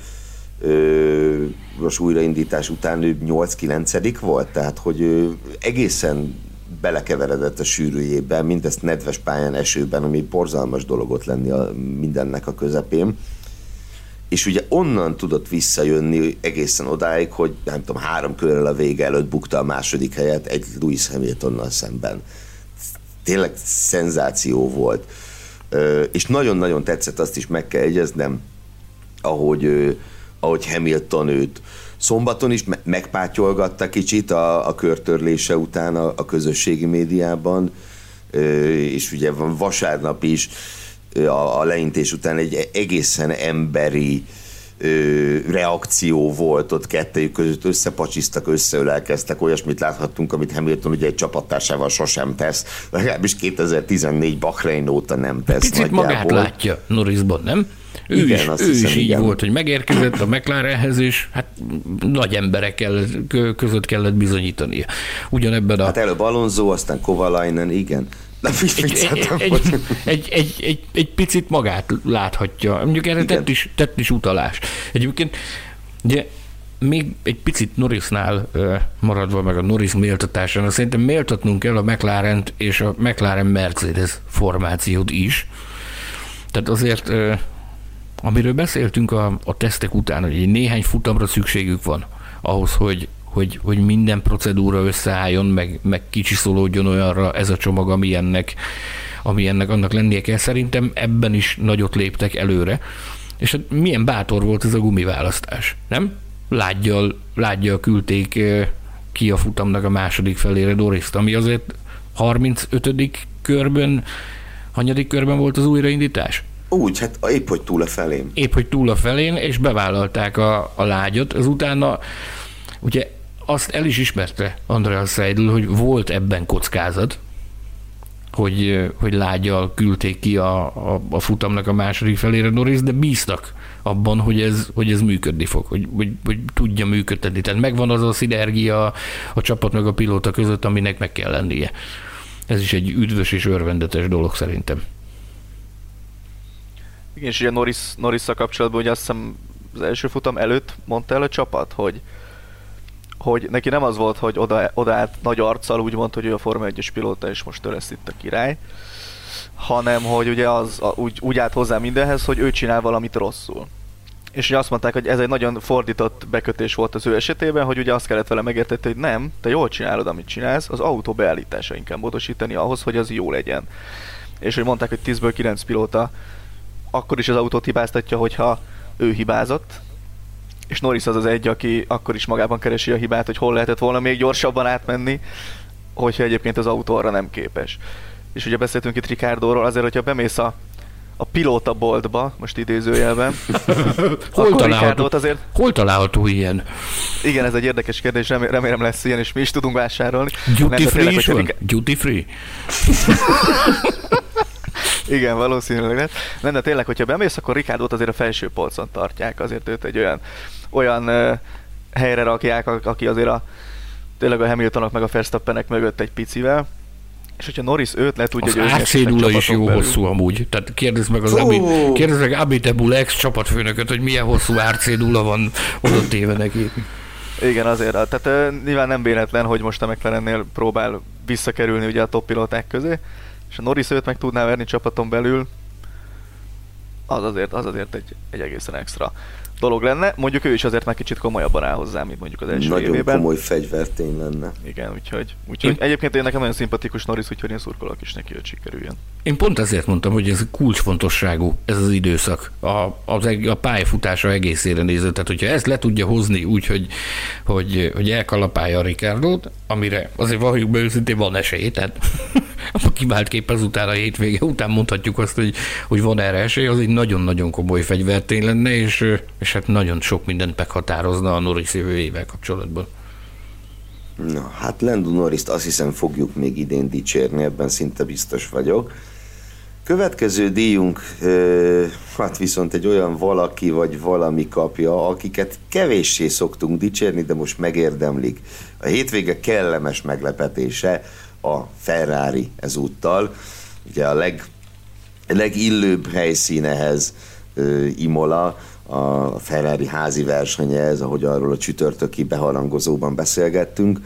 B: ö, most újraindítás után ő nyolc-kilencedik volt, tehát hogy ő egészen belekeveredett a sűrűjében, mindezt nedves pályán, esőben, ami borzalmas dolog ott lenni a, mindennek a közepén. És ugye onnan tudott visszajönni egészen odáig, hogy nem tudom, három körrel a vége előtt bukta a második helyet egy Lewis Hamiltonnal szemben. Tényleg szenzáció volt. És nagyon-nagyon tetszett, azt is meg kell jegyeznem, ahogy, ahogy Hamilton őt szombaton is megpátyolgatta kicsit a, a körtörlése után a, a közösségi médiában, és ugye van vasárnap is a, a leintés után egy egészen emberi reakció volt ott kettejük között, összepacsiztak, összeölelkeztek, olyasmit láthattunk, amit Hamilton ugye egy csapattársával sosem tesz, legalábbis kétezer-tizennégy Bahrein óta nem tesz.
C: Picit nagyjából. Magát látja Norrisban, nem? Ő igen, is, ő hiszem, is így igen. volt, hogy megérkezett a McLarenhez, és hát nagy emberek kellett, között kellett bizonyítania. Ugyanebben a...
B: Hát előbb Alonso, aztán Kovalainen, igen.
C: Egy, egy, egy, egy, egy, egy, egy picit magát láthatja. Mondjuk erre tett is, tett is utalás. Egyébként ugye még egy picit Norrisnál maradva, meg a Norris méltatásán, szerintem méltatnunk kell a McLarent és a McLaren Mercedes formációt is. Tehát azért amiről beszéltünk a, a tesztek után, hogy egy néhány futamra szükségük van ahhoz, hogy, hogy, hogy minden procedúra összeálljon, meg, meg kicsiszolódjon olyanra ez a csomag, ami ennek, ami ennek annak lennie kell. Szerintem ebben is nagyot léptek előre. És hát milyen bátor volt ez a gumiválasztás, nem? Lágyjal, lágyjal küldték ki a futamnak a második felére Norrist, ami azért harmincötödik körben, hanyadik körben volt az újraindítás?
B: Úgy, hát épp hogy túl a felén.
C: Épp hogy túl a felén, és bevállalták a, a lágyat. Ezutána ugye azt el is ismerte Andreas Seidl, hogy volt ebben kockázat, hogy, hogy lágyal küldték ki a, a, a futamnak a második felére Norris, de bíztak abban, hogy ez, hogy ez működni fog, hogy, hogy, hogy tudja működni. Tehát megvan az a szinergia a csapat meg a pilóta között, aminek meg kell lennie. Ez is egy üdvös és örvendetes dolog szerintem.
D: Igen, és ugye Norris, Norrisszal kapcsolatban ugye azt hiszem az első futam előtt mondta el a csapat, hogy, hogy neki nem az volt, hogy oda, odaállt nagy arccal, úgy mondta, hogy ő a Forma egyes pilóta, és most ő lesz itt a király, hanem hogy ugye az, a, úgy, úgy állt hozzá mindenhez, hogy ő csinál valamit rosszul. És ugye azt mondták, hogy ez egy nagyon fordított bekötés volt az ő esetében, hogy ugye azt kellett vele megértetni, hogy nem, te jól csinálod, amit csinálsz, az autó beállításain kell módosítani ahhoz, hogy az jó legyen. És hogy mondták, hogy tízből kilenc pilóta akkor is az autót hibáztatja, hogyha ő hibázott, és Norris az az egy, aki akkor is magában keresi a hibát, hogy hol lehetett volna még gyorsabban átmenni, hogyha egyébként az autó arra nem képes. És ugye beszéltünk itt Ricciardóról, azért, hogyha bemész a, a pilóta boltba, most idézőjelben,
C: hol, található, azért... hol található ilyen?
D: Igen, ez egy érdekes kérdés, remélem lesz ilyen, és mi is tudunk vásárolni.
C: Duty nem, free is van? Ric... Duty free?
D: Igen, valószínűleg lett. Nem, de tényleg, hogyha bemész, akkor Ricciardót azért a felső polcon tartják, azért őt egy olyan, olyan uh, helyre rakják, aki azért a, tényleg a Hamiltonok meg a Verstappenek mögött egy picivel, És hogyha Norris őt le tudja
C: az
D: győzni...
C: Az átszédula is jó
D: belül.
C: hosszú amúgy. Tehát kérdezd meg az Abi, kérdezd meg Abitebul ex csapatfőnököt, hogy milyen hosszú átszédula van oda téve neki.
D: Igen, azért. Tehát uh, nyilván nem véletlen, hogy most a McLarennél próbál visszakerülni ugye a top pilóták közé, és a Norris őt meg tudná verni csapaton belül, az azért, az azért egy, egy egészen extra dolog lenne. Mondjuk ő is azért már kicsit komolyabban áll hozzá, mint mondjuk az első
B: Nagyon
D: évében.
B: komoly fegyvertény lenne.
D: Igen, úgyhogy, úgyhogy én... egyébként én nekem nagyon szimpatikus Norris, úgyhogy én szurkolok is neki, hogy sikerüljön.
C: Én pont ezért mondtam, hogy ez kulcsfontosságú, ez az időszak, a, az, a pályafutása egészére nézve. Tehát, hogyha ezt le tudja hozni úgy, hogy, hogy, hogy elkalapálja a Ricardót, amire azért valljuk be őszintén van esély, tehát a kivált kép azután a hétvége után mondhatjuk azt, hogy, hogy van erre esély, az egy nagyon-nagyon komoly fegyvertény lenne, és, és hát nagyon sok mindent meghatározna a Norris jövőjével kapcsolatban.
B: Na, hát Lando Norrist azt hiszem fogjuk még idén dicsérni, ebben szinte biztos vagyok. Következő díjunk, hát viszont egy olyan valaki vagy valami kapja, akiket kevéssé szoktunk dicsérni, de most megérdemlik. A hétvége kellemes meglepetése a Ferrari ezúttal. Ugye a leg, legillőbb helyszínehez Imola, a Ferrari házi versenye ez, ahogy arról a csütörtöki beharangozóban beszélgettünk.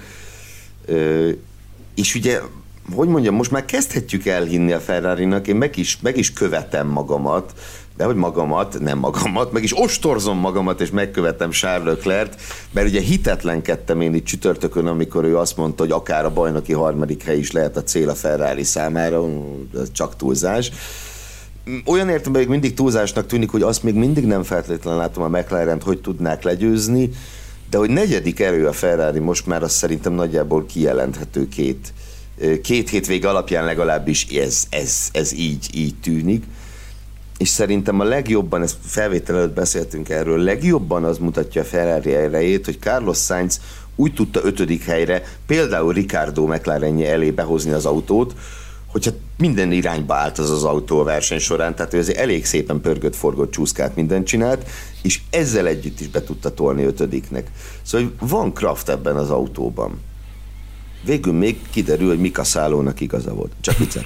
B: És ugye, hogy mondjam, most már kezdhetjük elhinni a Ferrarinak, én meg is, meg is követem magamat, de hogy magamat, nem magamat, meg is ostorzom magamat, és megkövetem Charles Leclerc, mert ugye hitetlenkedtem én itt csütörtökön, amikor ő azt mondta, hogy akár a bajnoki harmadik hely is lehet a cél a Ferrari számára, ez csak túlzás. Olyan értelemben még mindig túlzásnak tűnik, hogy azt még mindig nem feltétlenül látom a McLarent, hogy tudnák legyőzni, de hogy negyedik erő a Ferrari most már azt szerintem nagyjából kijelenthető két, két hétvége alapján legalábbis ez, ez, ez így, így tűnik. És szerintem a legjobban, ezt felvétel előtt beszéltünk erről, legjobban az mutatja a Ferrari erejét, hogy Carlos Sainz úgy tudta ötödik helyre például Ricciardo McLarenje elé behozni az autót, hogyha minden irányba állt az az autó a verseny során, tehát ő azért elég szépen pörgött, forgott, csúszkált, mindent csinált, és ezzel együtt is be tudta tolni ötödiknek. Szóval van kraft ebben az autóban. Végül még kiderül, hogy Mika Szállónak igaza volt. Csak viccet.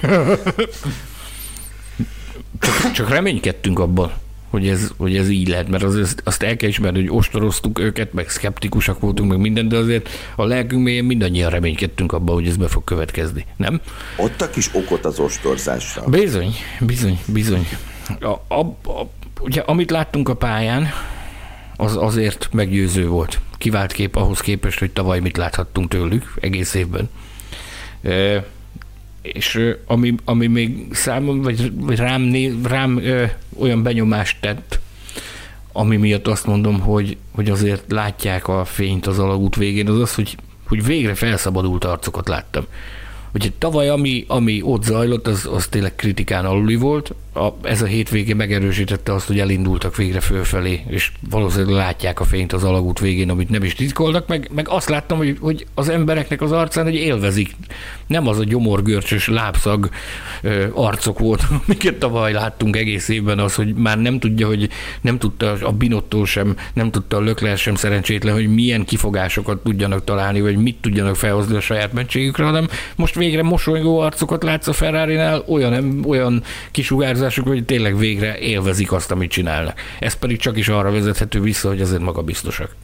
C: Csak, csak reménykedtünk abban, hogy ez, hogy ez így lehet, mert az, azt el kell ismerni, hogy ostoroztuk őket, meg szkeptikusak voltunk, meg minden, de azért a lelkünk mélyén mindannyian reménykedtünk abban, hogy ez be fog következni, nem?
B: Adtak is okot az ostorzásra.
C: Bizony, bizony, bizony. A, a, a, ugye, amit láttunk a pályán, az azért meggyőző volt. Kivált kép ahhoz képest, hogy tavaly mit láthattunk tőlük egész évben. E, és ami, ami még számom, vagy, vagy rám, né, rám ö, olyan benyomást tett, ami miatt azt mondom, hogy, hogy azért látják a fényt az alagút végén, az az, hogy, hogy végre felszabadult arcokat láttam. Ugye tavaly, ami, ami ott zajlott, az, az tényleg kritikán aluli volt. A, ez a hétvége megerősítette azt, hogy elindultak végre fölfelé, és valószínűleg látják a fényt az alagút végén, amit nem is titkolnak, meg, meg azt láttam, hogy, hogy az embereknek az arcán, hogy élvezik. Nem az a gyomorgörcsös lábszag ö, arcok volt, amiket tavaly láttunk egész évben, az, hogy már nem tudja, hogy nem tudta a Binotto sem, nem tudta a Leclerc sem szerencsétlen, hogy milyen kifogásokat tudjanak találni, vagy mit tudjanak felhozni a saját meccségükre, hanem most végre mosolygó arcokat látsz a Ferrarinál, olyan, olyan kisugárzások, hogy tényleg végre élvezik azt, amit csinálnak. Ez pedig csak is arra vezethető vissza, hogy azért magabiztosak.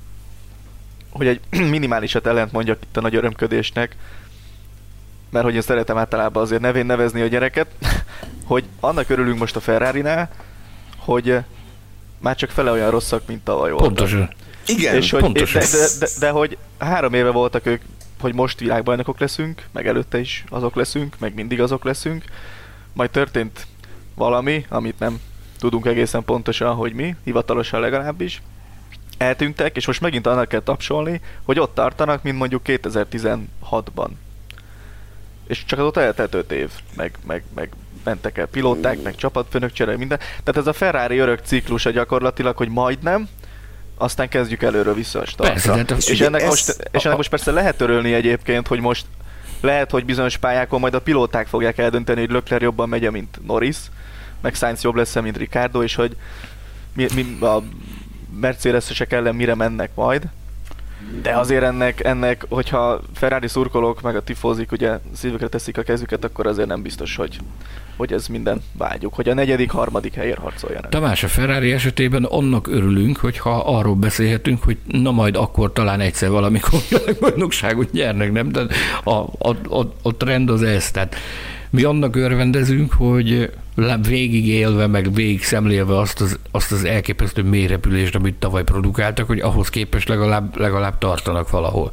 D: Hogy egy minimálisat ellent mondjak itt a nagy örömködésnek, mert hogy én szeretem általában azért nevén nevezni a gyereket, hogy annak örülünk most a Ferrarinál, hogy már csak fele olyan rosszak, mint tavaly voltak.
C: Pontosan.
B: Igen,
D: és hogy,
C: pontosan.
D: De, de, de, de hogy három éve voltak ők, hogy most világbajnokok leszünk, meg előtte is azok leszünk, meg mindig azok leszünk. Majd történt valami, amit nem tudunk egészen pontosan, hogy mi, hivatalosan legalábbis. Eltűntek, és most megint annak kell tapsolni, hogy ott tartanak, mint mondjuk kétezer-tizenhatban. És csak azóta eltelt öt év, meg, meg, meg mentek el pilóták, meg csapatfőnök csere, minden. Tehát ez a Ferrari örök ciklusa gyakorlatilag, hogy majdnem, aztán kezdjük előről vissza a startra.
C: Persze,
D: és, ennek
B: ez,
D: most, és ennek most persze lehet örülni egyébként, hogy most lehet, hogy bizonyos pályákon majd a pilóták fogják eldönteni, hogy Leclerc jobban megy, mint Norris, meg Sainz jobb lesz, mint Ricciardo, és hogy mi, mi a Mercedes-esek ellen mire mennek majd. De azért ennek, ennek, hogyha Ferrari szurkolók meg a tifózik, ugye szívükre teszik a kezüket, akkor azért nem biztos, hogy, hogy ez minden vágyuk, hogy a negyedik, harmadik helyért harcoljanak.
C: Tamás, a Ferrari esetében annak örülünk, hogyha arról beszélhetünk, hogy na majd akkor talán egyszer valamikor világbajnokságot nyernek, nem? De a, a, a, a trend az ez, tehát mi annak örvendezünk, hogy végigélve, meg végig szemlélve azt az, azt az elképesztő mélyrepülést, amit tavaly produkáltak, hogy ahhoz képest legalább, legalább tartanak valahol.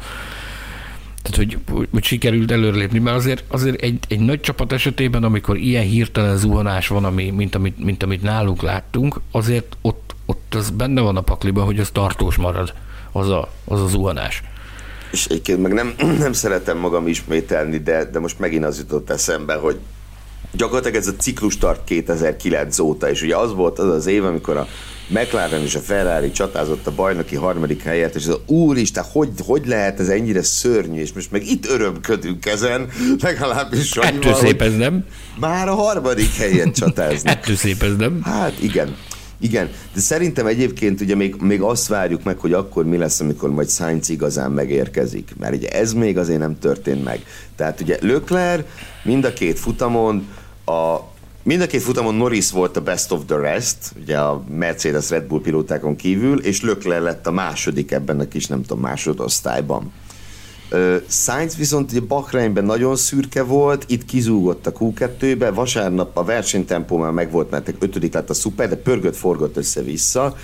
C: Tehát, hogy, hogy sikerült előrelépni, mert azért, azért egy, egy nagy csapat esetében, amikor ilyen hirtelen zuhanás van, ami, mint, amit, mint amit nálunk láttunk, azért ott, ott az benne van a pakliban, hogy az tartós marad, az a, az a zuhanás.
B: És egyébként meg nem, nem szeretem magam ismételni, de, de most megint az jutott eszembe, hogy gyakorlatilag ez a ciklus tart kétezer-kilenc óta, és ugye az volt az az év, amikor a McLaren és a Ferrari csatázott a bajnoki harmadik helyért, és az úristen, hogy, hogy lehet ez ennyire szörnyű, és most meg itt örömködünk ezen, legalábbis
C: Ettől szép ez, nem?
B: Már a harmadik helyért csatáznak.
C: Ettől szép ez, nem?
B: Hát igen. Igen, de szerintem egyébként ugye még, még azt várjuk meg, hogy akkor mi lesz, amikor majd Sainz igazán megérkezik, mert ugye ez még azért nem történt meg. Tehát ugye Leclerc mind a két futamon, a, mind a két futamon Norris volt a best of the rest, ugye a Mercedes Red Bull pilótákon kívül, és Leclerc lett a második ebben a kis, nem tudom, másodosztályban. Uh, Sainz viszont ugye Bahreinben nagyon szürke volt, itt kizúgott a kú kettőbe, vasárnap a versenytempó már megvolt, mert ötödik lett a szuper, de pörgött, forgott össze-vissza.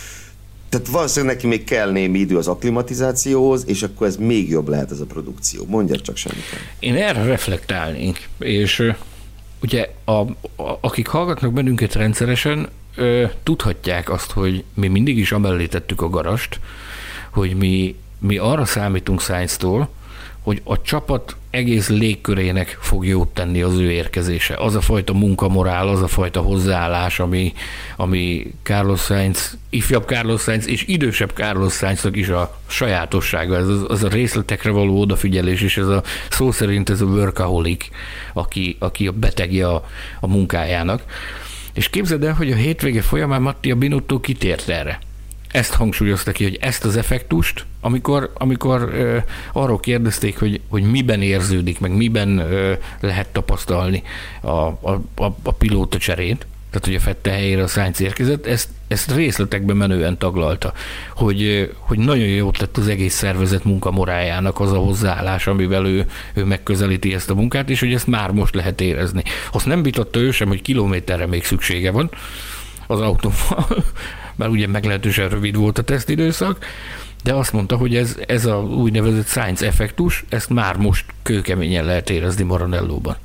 B: Tehát valószínűleg neki még kell némi idő az akklimatizációhoz, és akkor ez még jobb lehet ez a produkció. Mondjad csak semmit.
C: Én erre reflektálnék, és uh, ugye a, a, akik hallgatnak bennünket rendszeresen, uh, tudhatják azt, hogy mi mindig is amellé tettük a garast, hogy mi Mi arra számítunk Sainztól, hogy a csapat egész légkörének fog jót tenni az ő érkezése. Az a fajta munkamorál, az a fajta hozzáállás, ami, ami Carlos Sainz, ifjabb Carlos Sainz és idősebb Carlos Sainznak is a sajátossága. Ez az, az a részletekre való odafigyelés, és ez a szó szerint ez a workaholic, aki, aki a betegje a, a munkájának. És képzeld el, hogy a hétvége folyamán Mattia Binotto kitért erre. Ezt hangsúlyozta ki, hogy ezt az effektust, amikor, amikor ö, arról kérdezték, hogy, hogy miben érződik, meg miben ö, lehet tapasztalni a, a, a, a pilóta cserét, tehát hogy a Vettel helyére a Sainz érkezett, ezt, ezt részletekben menően taglalta, hogy, hogy nagyon jót lett az egész szervezet munkamorájának az a hozzáállás, amivel ő, ő megközelíti ezt a munkát, és hogy ezt már most lehet érezni. Azt nem vitatta ő sem, hogy kilométerre még szüksége van az autóval, mert ugye meglehetősen rövid volt a tesztidőszak, de azt mondta, hogy ez, ez a úgynevezett Sainz effektus, ezt már most kőkeményen lehet érezni Maranellóban.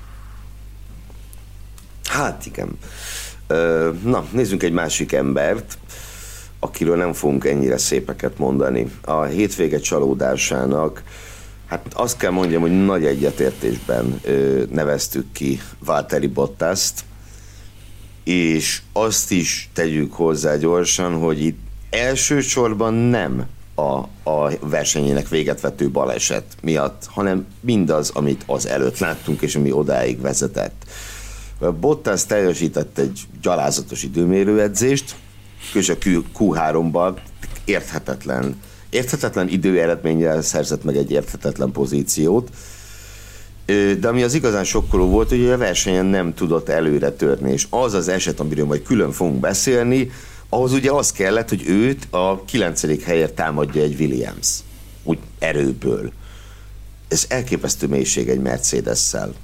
B: Hát igen. Na, nézzünk egy másik embert, akiről nem fogunk ennyire szépeket mondani. A hétvége csalódásának, hát azt kell mondjam, hogy nagy egyetértésben neveztük ki Valtteri Bottast, és azt is tegyük hozzá gyorsan, hogy itt elsősorban nem a, a versenyének véget vető baleset miatt, hanem mindaz, amit az előtt láttunk, és ami odáig vezetett. Bottas teljesített egy gyalázatos időmérőedzést, és a kú háromban érthetetlen, érthetetlen időeredménnyel szerzett meg egy érthetetlen pozíciót, de ami az igazán sokkoló volt, hogy a versenyen nem tudott előre törni, és az az eset, amiről majd külön fogunk beszélni, ahhoz ugye az kellett, hogy őt a kilencedik helyért támadja egy Williams, úgy erőből. Ez elképesztő mélység egy Mercedes-szel.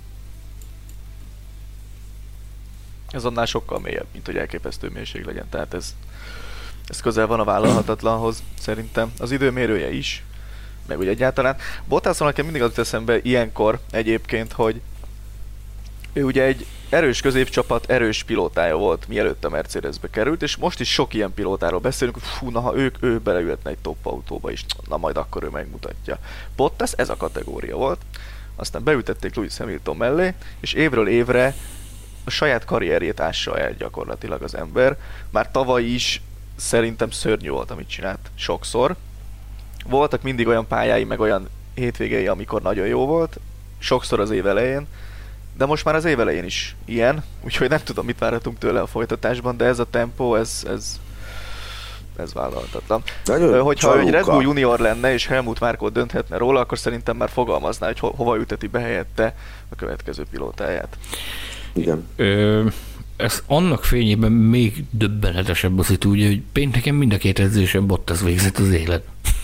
D: Ez annál sokkal mélyebb, mint hogy elképesztő mélység legyen, tehát ez, ez közel van a vállalhatatlanhoz, szerintem. Az időmérője is, meg úgy egyáltalán. Bottasról nekem mindig az jut eszembe ilyenkor egyébként, hogy ő ugye egy erős középcsapat, erős pilótája volt, mielőtt a Mercedesbe került, és most is sok ilyen pilótáról beszélünk, hogy fú, na ha ők, ő beleülhetne egy top autóba is, na majd akkor ő megmutatja. Bottas ez a kategória volt, aztán beültették Lewis Hamilton mellé, és évről évre a saját karrierjét ássa el gyakorlatilag az ember. Már tavaly is szerintem szörnyű volt, amit csinált sokszor. Voltak mindig olyan pályái, meg olyan hétvégei, amikor nagyon jó volt, sokszor az év elején, de most már az év elején is ilyen, úgyhogy nem tudom, mit várhatunk tőle a folytatásban, de ez a tempó, ez, ez, ez vállalhatatlan.
B: Nagyon
D: Hogyha
B: csalóka.
D: egy Red Bull Junior lenne, és Helmut Marko dönthetne róla, akkor szerintem már fogalmazná, hogy ho- hova ülteti be helyette a következő pilótáját.
B: Igen.
C: Ö, ez annak fényében még döbbenetesebb az szitu, ugye, hogy pénteken mind a két edzésen Bottas végzett az élet.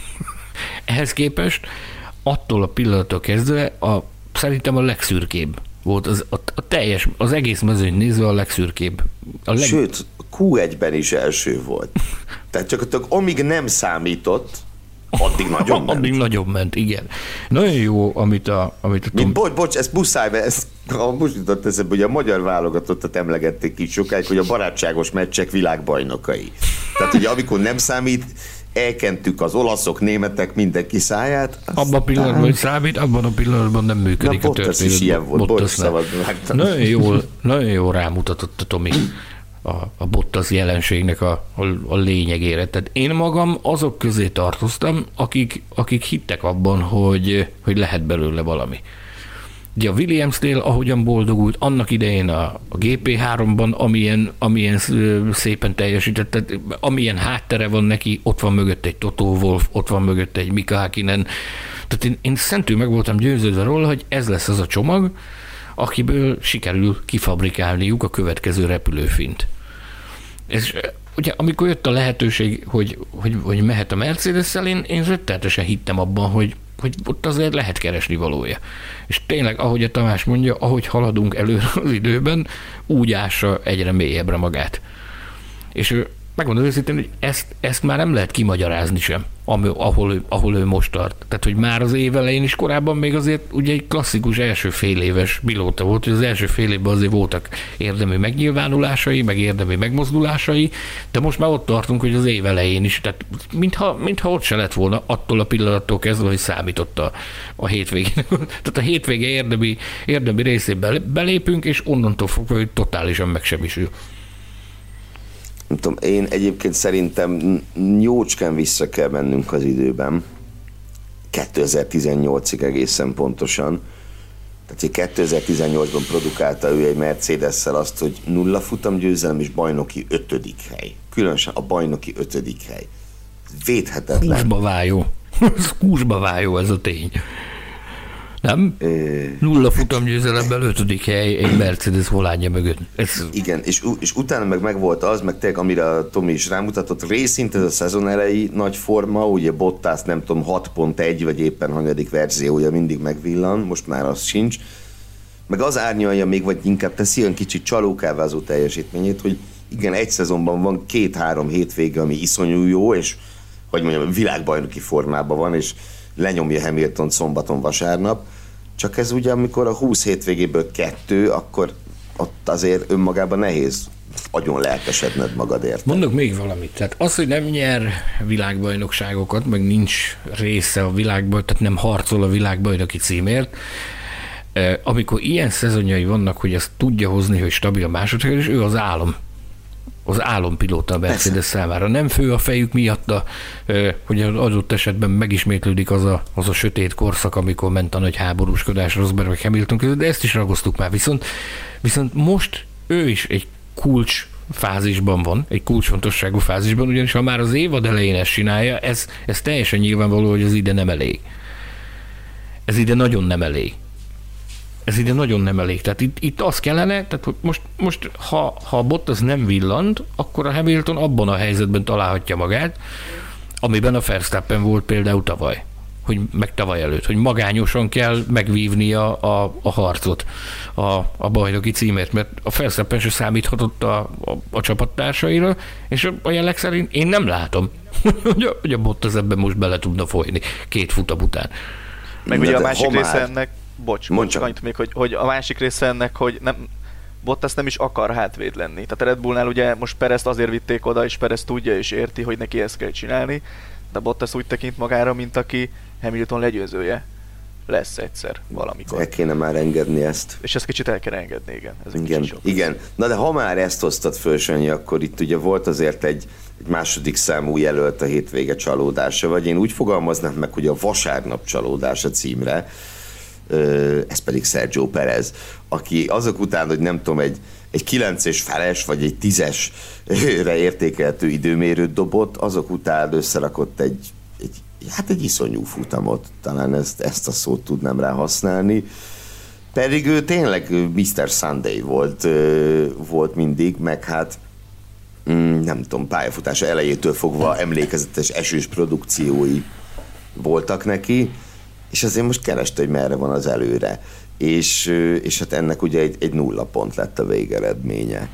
C: Ehhez képest attól a pillanattól kezdve a, szerintem a legszürkébb volt az, a, a teljes, az egész mezőnyt nézve a legszürkébb. A leg...
B: Sőt, kú egyben is első volt. Tehát csak amíg nem számított, addig nagyon ment.
C: Addig nagyon ment, igen. Nagyon jó, amit a... Amit a
B: Tom...
C: Tom...
B: Bocs, bocs, ez muszáj, mert ez, most jutott eszembe, hogy a magyar válogatottat emlegették ki sokáig, hogy a barátságos meccsek világbajnokai. Tehát ugye amikor nem számít, elkentük az olaszok, németek, mindenki száját.
C: Aztán... Abban a pillanatban, hogy számít, abban a pillanatban nem működik
B: Na,
C: a történet.
B: Bottas is ilyen volt, bocs, szabad vágtam.
C: Nagyon jól, nagyon jól rámutatott a Tomi a, a Bottas jelenségnek a, a, a lényegére. Tehát én magam azok közé tartoztam, akik, akik hittek abban, hogy, hogy lehet belőle valami. Ugye a Williamsnél ahogyan boldogult, annak idején a, a gé pé háromban, amilyen, amilyen szépen teljesített, tehát amilyen háttere van neki, ott van mögött egy Toto Wolff, ott van mögött egy Mika Häkkinen. Tehát én, én szentül meg voltam győződve róla, hogy ez lesz az a csomag, akiből sikerül kifabrikálniuk a következő repülőfint. És ugye amikor jött a lehetőség, hogy, hogy, hogy mehet a Mercedes-szel, én, én rettenetesen hittem abban, hogy hogy ott azért lehet keresni valója. És tényleg, ahogy a Tamás mondja, ahogy haladunk előre az időben, úgy ássa egyre mélyebbre magát. És megmondom őszintén, hogy ezt, ezt már nem lehet kimagyarázni sem, ahol ő, ahol ő most tart. Tehát, hogy már az év elején is korábban még azért ugye egy klasszikus első fél éves pilóta volt, hogy az első fél évben azért voltak érdemi megnyilvánulásai, meg érdemi megmozdulásai, de most már ott tartunk, hogy az év elején is, tehát mintha, mintha ott se lett volna attól a pillanattól kezdve, hogy számított a, a hétvégén. Tehát a hétvége érdemi, érdemi részébe belépünk, és onnantól fogva, hogy totálisan megsemmisül.
B: Nem tudom, én egyébként szerintem jócskán vissza kell mennünk az időben, kétezer-tizennyolcig egészen pontosan. Tehát, hogy kétezer-tizennyolcban produkálta ő egy Mercedes-szel azt, hogy nulla futamgyőzelem és bajnoki ötödik hely. Különösen a bajnoki ötödik hely. Védhetetlen.
C: Kúsba vájó. Kúsba vájó ez a tény. Nem? É... Nulla futamgyőzelemmel ötödik hely egy Mercedes volánja mögött. Ez...
B: Igen, és, és utána meg megvolt az, meg tényleg, amire a Tomi is rámutatott, részint ez a szezon elejé nagy forma, ugye Bottas nem tudom, hat pont egy vagy éppen hanyadik verziója mindig megvillan, most már az sincs. Meg az árnyalja még, vagy inkább teszi olyan kicsit csalókávázó teljesítményét, hogy igen, egy szezonban van két-három hétvége, ami iszonyú jó, és hogy mondjam, világbajnoki formában van, és lenyomja Hamilton szombaton, vasárnap, csak ez ugye, amikor a húsz hétvégéből kettő, akkor ott azért önmagában nehéz agyon lelkesedned magadért.
C: Mondok még valamit. Tehát az, hogy nem nyer világbajnokságokat, meg nincs része a világban, tehát nem harcol a világbajnoki címért, amikor ilyen szezonjai vannak, hogy ezt tudja hozni, hogy stabil a másodhely, és ő az álom. Az álompilóta a Mercedes számára. Nem fő a fejük miatt, a, hogy az adott esetben megismétlődik az a, az a sötét korszak, amikor ment a nagy háborúskodás Rosberg meg Hamilton között, de ezt is ragoztuk már. Viszont, viszont most ő is egy kulcs fázisban van, egy kulcsfontosságú fázisban, ugyanis ha már az évad elején ezt csinálja, ez, ez teljesen nyilvánvaló, hogy ez ide nem elég. Ez ide nagyon nem elég. Ez ide nagyon nem elég. Tehát itt, itt az kellene, tehát most, most ha, ha a Bottas nem villant, akkor a Hamilton abban a helyzetben találhatja magát, amiben a Verstappen volt például tavaly, hogy meg tavaly előtt, hogy magányosan kell megvívnia a, a harcot a, a bajnoki címért, mert a Verstappen se számíthatott a, a, a csapattársaira, és a jelleg szerint én nem látom, hogy a, hogy a Bottas ebben most bele tudna folyni két futam után.
D: Meg
B: de
D: ugye a
B: de
D: másik
B: homár...
D: része ennek, bocs, bocs annyit még, hogy, hogy a másik része ennek, hogy nem, Bottas nem is akar hátvéd lenni. Tehát a Red Bullnál ugye most Perezt azért vitték oda, és Perez tudja és érti, hogy neki ezt kell csinálni, de Bottas úgy tekint magára, mint aki Hamilton legyőzője lesz egyszer valamikor.
B: El kéne már engedni ezt.
D: És ezt kicsit el kell engedni, igen. Ez
B: igen, igen. Na de ha már ezt hoztad föl, Sanyi, akkor itt ugye volt azért egy, egy második számú jelölt a hétvége csalódása, vagy én úgy fogalmaznám meg, hogy a vasárnap csalódása címre, ez pedig Sergio Perez, aki azok után, hogy nem tudom, egy egy kilences feles, vagy egy tízesre értékeltő időmérőt dobott, azok után összerakott egy, egy, hát egy iszonyú futamot, talán ezt, ezt a szót tudnám rá használni. Pedig ő tényleg miszter Sunday volt, volt mindig, meg hát nem tudom, pályafutása elejétől fogva emlékezetes esős produkciói voltak neki, és azért most kereste, hogy merre van az előre. És, és hát ennek ugye egy, egy nulla pont lett a végeredménye.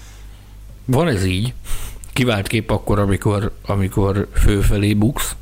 C: Van ez így? Kivált kép akkor, amikor, amikor fölfelé buksz,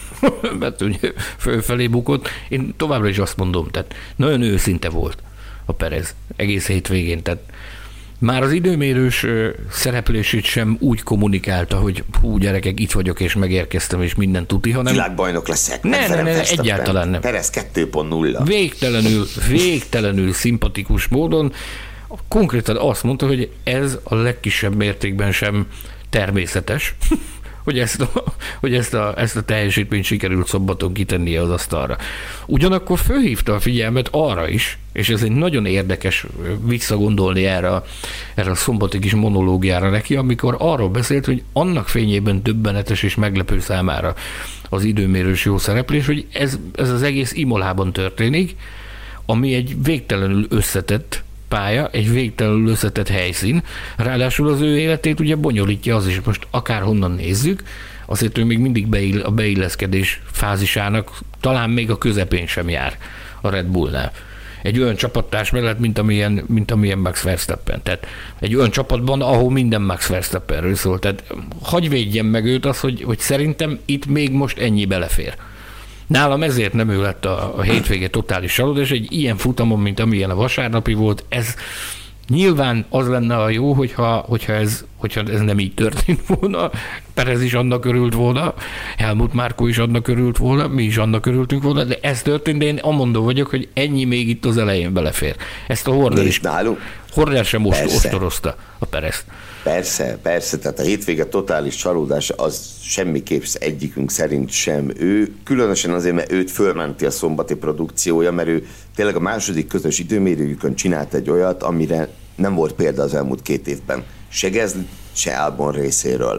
C: mert ugye fölfelé bukott. Én továbbra is azt mondom, tehát nagyon őszinte volt a Perez egész hétvégén, tehát már az időmérős szereplését sem úgy kommunikálta, hogy hú, gyerekek, itt vagyok, és megérkeztem, és minden tuti, hanem...
B: Világbajnok leszek.
C: Ne, ne, ne, egyáltalán nem.
B: Perez kettő pont nulla.
C: Végtelenül, végtelenül szimpatikus módon konkrétan azt mondta, hogy ez a legkisebb mértékben sem természetes, hogy ezt a, hogy ezt a, ezt a teljesítményt sikerült szombaton kitennie az asztalra. Ugyanakkor fölhívta a figyelmet arra is, és ez egy nagyon érdekes visszagondolni erre a, erre a szombati kis monológiára neki, amikor arról beszélt, hogy annak fényében döbbenetes és meglepő számára az időmérős jó szereplés, hogy ez, ez az egész Imolában történik, ami egy végtelenül összetett pálya, egy végtelenül összetett helyszín, ráadásul az ő életét ugye bonyolítja az is, most akárhonnan nézzük, azért ő még mindig beill, a beilleszkedés fázisának talán még a közepén sem jár a Red Bullnál. Egy olyan csapattárs mellett, mint amilyen, mint amilyen Max Verstappen. Tehát egy olyan csapatban, ahol minden Max Verstappenről szól. Tehát hagyj védjem meg őt az, hogy, hogy szerintem itt még most ennyi belefér. Nálam ezért nem ő lett a, a hétvége totális csalódás, egy ilyen futamon, mint amilyen a vasárnapi volt, ez nyilván az lenne a jó, hogyha, hogyha, ez, hogyha ez nem így történt volna, Perez is annak örült volna, Helmut Márko is annak örült volna, mi is annak örültünk volna, de ez történt, de én amondó vagyok, hogy ennyi még itt az elején belefér. Ezt a Horner is, Horner sem most ostorozta a Perezt.
B: Persze, persze, tehát a hétvége totális csalódás az semmiképp egyikünk szerint sem ő, különösen azért, mert őt fölmenti a szombati produkciója, mert ő tényleg a második közös időmérőjükön csinált egy olyat, amire nem volt példa az elmúlt két évben. Se Gasly, se Albon részéről.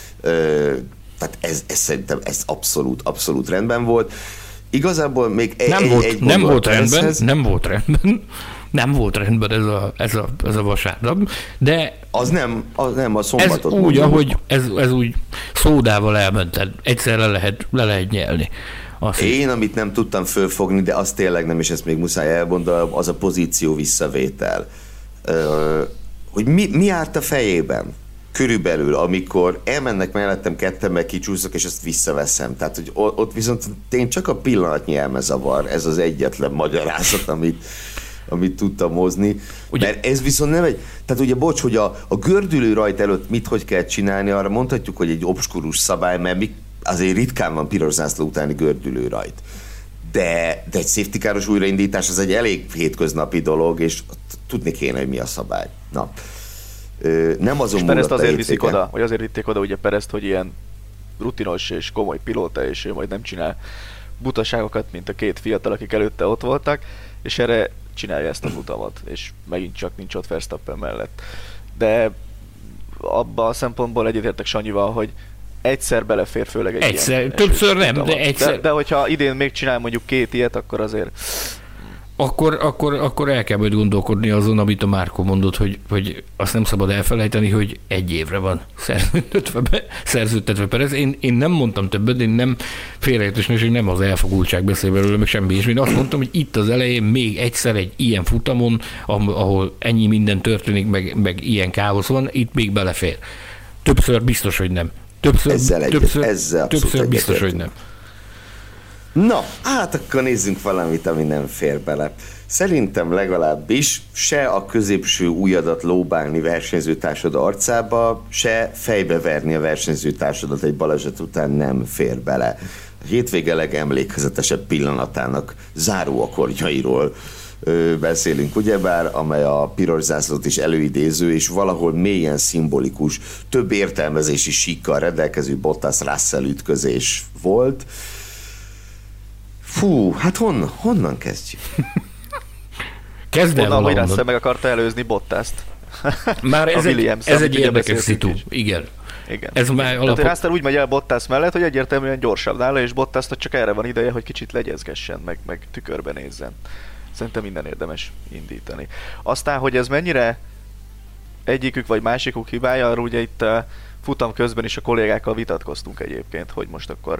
B: Ö, tehát ez, ez szerintem ez abszolút, abszolút rendben volt. Igazából még
C: nem
B: egy,
C: volt,
B: egy
C: nem volt rendben, nem volt rendben. Nem volt rendben ez a, ez a, ez a vasárnap, de...
B: Az nem, az nem a szombatot.
C: Ez úgy, ahogy ez, ez úgy szódával elment, egyszer le lehet, le lehet nyelni.
B: Azt Én, így. amit nem tudtam fölfogni, de azt tényleg nem, és ezt még muszáj elmondanom, az a pozíció visszavétel. Hogy mi, mi állt a fejében? Körülbelül, amikor elmennek mellettem ketten, meg kicsúszok, és ezt visszaveszem. Tehát, hogy ott viszont én csak a pillanatnyi elmezavar, ez az egyetlen magyarázat, amit amit tudtam hozni, ugye, mert ez viszont nem egy, tehát ugye bocs, hogy a, a gördülő rajt előtt mit hogy kell csinálni, arra mondhatjuk, hogy egy obskurus szabály, mert mi, azért ritkán van piros zászló utáni gördülő rajt. De, de egy safety car-os újraindítás az egy elég hétköznapi dolog, és tudni kéne, hogy mi a szabály. Na. Ö, nem azon
D: és Perezt azért viszik oda, vagy azért vitték oda ugye Perezt, hogy ilyen rutinos és komoly pilóta, és ő majd nem csinál butaságokat, mint a két fiatal, akik előtte ott voltak, és erre csinálja ezt a futamot, és megint csak nincs ott Verstappen mellett. De abban a szempontból egyetértek Sanyival, hogy egyszer belefér, főleg egy
C: egyszer,
D: ilyen
C: többször nem, de egyszer.
D: De, de hogyha idén még csinál mondjuk két ilyet, akkor azért...
C: Akkor, akkor, akkor el kell majd gondolkodni azon, amit a Márko mondott, hogy, hogy azt nem szabad elfelejteni, hogy egy évre van szerződtetve, szerződtetve Perez. Én, én nem mondtam többet, én nem félreértésnek, hogy nem az elfogultság beszél belőle, meg semmi, és én azt mondtam, hogy itt az elején még egyszer egy ilyen futamon, ahol ennyi minden történik, meg, meg ilyen káosz van, itt még belefér. Többször biztos, hogy nem. Többször,
B: ezzel egyet,
C: többször,
B: ezzel
C: többször biztos, hogy nem.
B: Na, hát akkor nézzünk valamit, ami nem fér bele. Szerintem legalábbis se a középső ujjadat lóbálni versenyzőtársad arcába, se fejbeverni a versenyzőtársadat egy baleset után nem fér bele. A hétvége legemlékezetesebb pillanatának záróakkorjairól beszélünk, ugyebár, amely a piros zászlót is előidéző, és valahol mélyen szimbolikus, több értelmezési síkkal rendelkező Bottas-Russell ütközés volt. Fú, hát honnan, honnan kezdjük?
C: Kezd el
D: Onnan, hogy
C: valahonnan.
D: Russell meg akarta előzni Bottaszt.
C: Már ez egy, ez egy érdekes szitu. Igen.
D: Igen.
C: Ez már
D: alapok... Tehát Russell úgy megy el Bottas mellett, hogy egyértelműen gyorsabb nála, és Bottasnak csak erre van ideje, hogy kicsit legyezgessen, meg, meg tükörbe nézzen. Szerintem minden érdemes indítani. Aztán, hogy ez mennyire egyikük vagy másikuk hibája, arról ugye itt futam közben is a kollégákkal vitatkoztunk egyébként, hogy most akkor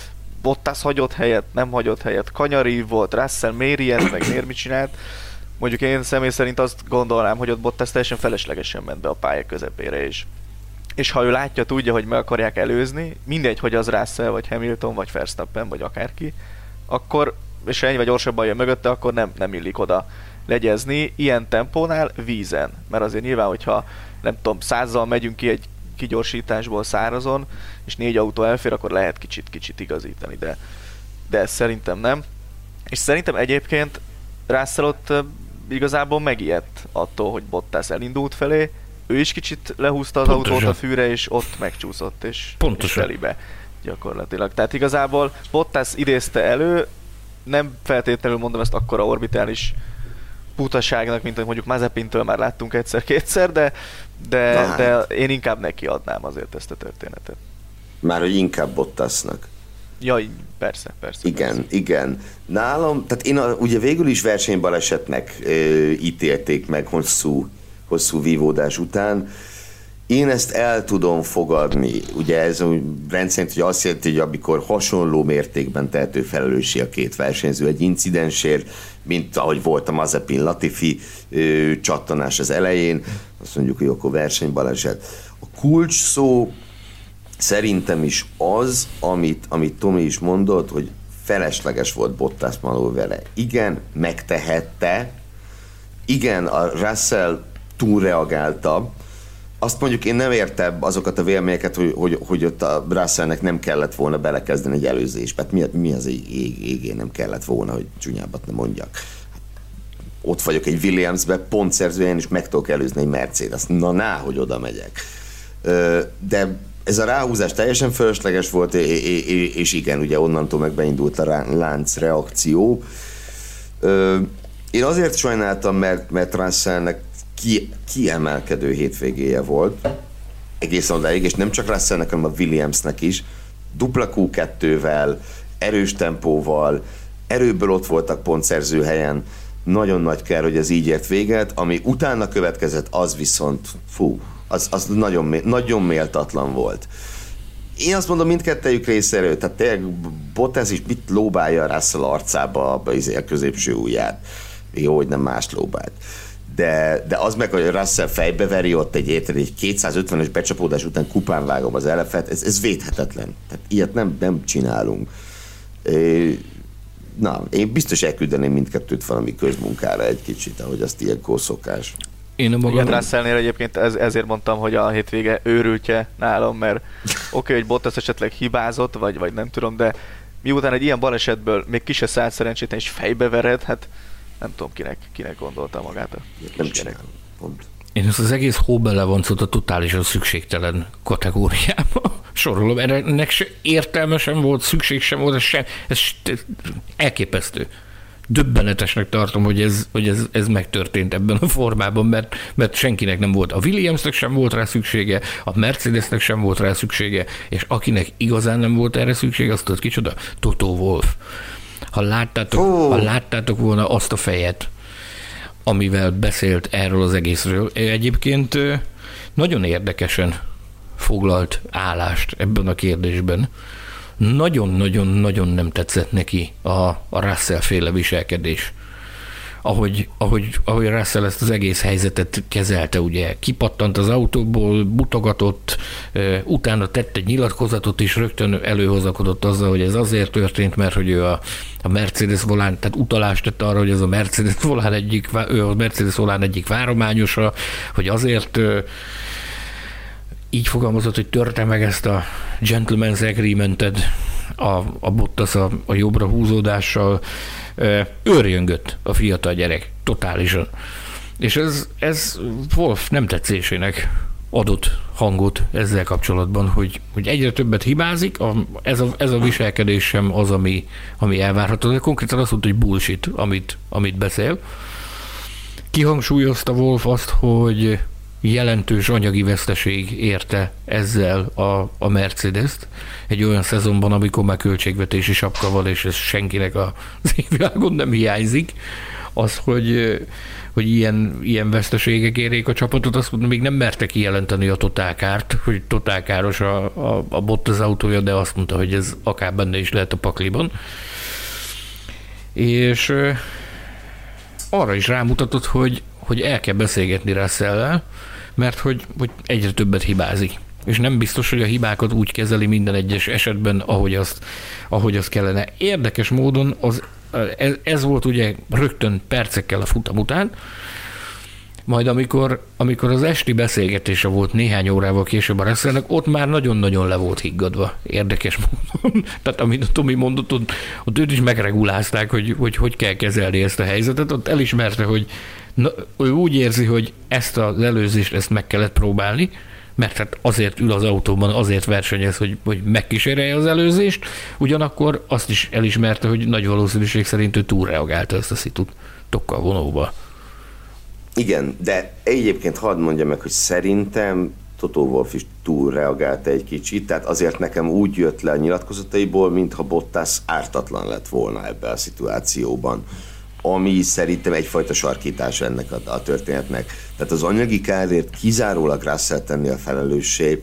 D: Bottas hagyott helyet, nem hagyott helyet, kanyari volt, Russell miért ilyet, meg miért mit csinált. Mondjuk én személy szerint azt gondolnám, hogy ott Bottas teljesen feleslegesen ment be a pálya közepére is. És ha ő látja, tudja, hogy meg akarják előzni, mindegy, hogy az Russell, vagy Hamilton, vagy Verstappen, vagy akárki, akkor, és ennyi vagy gyorsabban jön mögötte, akkor nem, nem illik oda legyezni. Ilyen tempónál vízen. Mert azért nyilván, hogyha nem tudom, százzal megyünk ki egy kigyorsításból szárazon, és négy autó elfér, akkor lehet kicsit-kicsit igazítani, de, de ez szerintem nem. És szerintem egyébként Russell ott igazából megijedt attól, hogy Bottas elindult felé, ő is kicsit lehúzta az Pontosan. autót a fűre, és ott megcsúszott, és, és felibe gyakorlatilag. Tehát igazából Bottas idézte elő, nem feltétlenül mondom ezt akkora orbitális butaságnak, mint hogy mondjuk Mazepintől már láttunk egyszer-kétszer, de, de, de én inkább neki adnám azért ezt a történetet.
B: Már hogy inkább Bottasnak.
D: Ja, persze, persze.
B: Igen,
D: persze.
B: igen. Nálam, tehát én a, ugye végül is versenybalesetnek ö, ítélték meg hosszú, hosszú vívódás után. Én ezt el tudom fogadni. Ugye ez a rendszerint hogy azt jelenti, hogy amikor hasonló mértékben tehető felelőssé a két versenyző egy incidensért, mint ahogy volt a Mazepin-Latifi ö, csattanás az elején, azt mondjuk, hogy akkor versenybaleset. A kulcs szó szerintem is az, amit, amit Tomi is mondott, hogy felesleges volt Bottas manővere. Igen, megtehette, igen, a Russell túlreagálta. Azt mondjuk én nem értem azokat a véleményeket, hogy, hogy, hogy ott a Russellnek nem kellett volna belekezdeni egy előzésbe. Hát mi, mi az ég, égén nem kellett volna, hogy csúnyábbat nem mondjak. Ott vagyok egy Williamsbe, pontszerzően is meg tudok előzni egy Mercedes. Na, ná, hogy oda megyek. De ez a ráhúzás teljesen fölösleges volt, és igen, ugye onnantól meg beindult a láncreakció. Én azért sajnáltam, mert, mert Russellnek ki, kiemelkedő hétvégéje volt, egészen odáig, és nem csak Russellnek, hanem a Williamsnek is, dupla kú kettővel, erős tempóval, erőből ott voltak pontszerző helyen, nagyon nagy kell, hogy ez így ért véget, ami utána következett, az viszont, fú, az, az nagyon, nagyon méltatlan volt. Én azt mondom, mindkettejük részéről, tehát tényleg Bottas is mit lóbálja a Russell arcába a középső ujját. Jó, hogy nem más lóbált. De, de az meg, hogy Russell fejbeveri ott egy, egy kétszázötvenes becsapódás után kupán vágom az elefet, ez, ez védhetetlen. Tehát ilyet nem, nem csinálunk. É, na, én biztos elküldeném mindkettőt valami közmunkára egy kicsit, ahogy azt ilyenkor szokás.
D: Én a magam... Igen, Russellnél egyébként ez, ezért mondtam, hogy a hétvége őrültje nálam, mert oké, okay, hogy Bottas esetleg hibázott, vagy, vagy nem tudom, de miután egy ilyen balesetből még ki se szállt szerencsétlen és fejbevered, hát nem tudom, kinek, kinek gondolta magát a
B: nem csinálom, pont.
C: Én ezt az egész hóbelevoncot a totálisan szükségtelen kategóriába sorolom. Ennek se értelme sem volt, szükség sem volt, ez, sem, ez elképesztő. Döbbenetesnek tartom, hogy ez, hogy ez, ez megtörtént ebben a formában, mert, mert senkinek nem volt. A Williamsnek sem volt rá szüksége, a Mercedesnek sem volt rá szüksége, és akinek igazán nem volt erre szüksége, azt tudod kicsoda? Toto Wolff. Ha láttátok, oh. ha láttátok volna azt a fejet, amivel beszélt erről az egészről, egyébként nagyon érdekesen foglalt állást ebben a kérdésben. Nagyon-nagyon-nagyon nem tetszett neki a, a Russell-féle viselkedés. Ahogy, ahogy, ahogy Russell ezt az egész helyzetet kezelte, ugye kipattant az autóból, mutogatott, utána tett egy nyilatkozatot, és rögtön előhozakodott azzal, hogy ez azért történt, mert hogy ő a, a Mercedes volán, tehát utalást tett arra, hogy ez a Mercedes volán egyik, ő a Mercedes volán egyik várományosa, hogy azért így fogalmazott, hogy törte meg ezt a gentleman's agreemented a, a Bottas a, a jobbra húzódással, őrjöngött a fiatal gyerek, totálisan. És ez, ez Wolff nem tetszésének adott hangot ezzel kapcsolatban, hogy, hogy egyre többet hibázik, a, ez, a, ez a viselkedés sem az, ami, ami elvárható, de konkrétan azt mondta, hogy bullshit, amit, amit beszél. Kihangsúlyozta Wolff azt, hogy jelentős anyagi veszteség érte ezzel a, a Mercedes-t egy olyan szezonban, amikor már költségvetési sapka van, és ez senkinek az égvilágon nem hiányzik, az, hogy, hogy ilyen, ilyen veszteségek érjék a csapatot, azt mondom, még nem merte kijelenteni a totálkárt, hogy totálkáros a, a, a Bottas autója, de azt mondta, hogy ez akár benne is lehet a pakliban. És arra is rámutatott, hogy, hogy el kell beszélgetni Russell-lel, mert hogy, hogy egyre többet hibázik. És nem biztos, hogy a hibákat úgy kezeli minden egyes esetben, ahogy azt, ahogy azt kellene. Érdekes módon az, ez, ez volt ugye rögtön percekkel a futam után, majd amikor, amikor az esti beszélgetése volt néhány órával később a Russellnek, ott már nagyon-nagyon le volt higgadva, érdekes módon. Tehát amit a Tomi mondott, ott, ott őt is megregulázták, hogy, hogy hogy kell kezelni ezt a helyzetet, ott elismerte, hogy na, ő úgy érzi, hogy ezt az előzést ezt meg kellett próbálni, mert hát azért ül az autóban, azért versenyez, hogy, hogy megkísérelje az előzést, ugyanakkor azt is elismerte, hogy nagy valószínűség szerint ő túlreagálta ezt a szitut tokkal vonóba.
B: Igen, de egyébként hadd mondjam meg, hogy szerintem Toto Wolff is túlreagálta egy kicsit, tehát azért nekem úgy jött le a nyilatkozataiból, mintha Bottas ártatlan lett volna ebben a szituációban, ami szerintem egyfajta sarkítás ennek a, a történetnek. Tehát az anyagi kárért kizárólag Russell tenni a felelősség,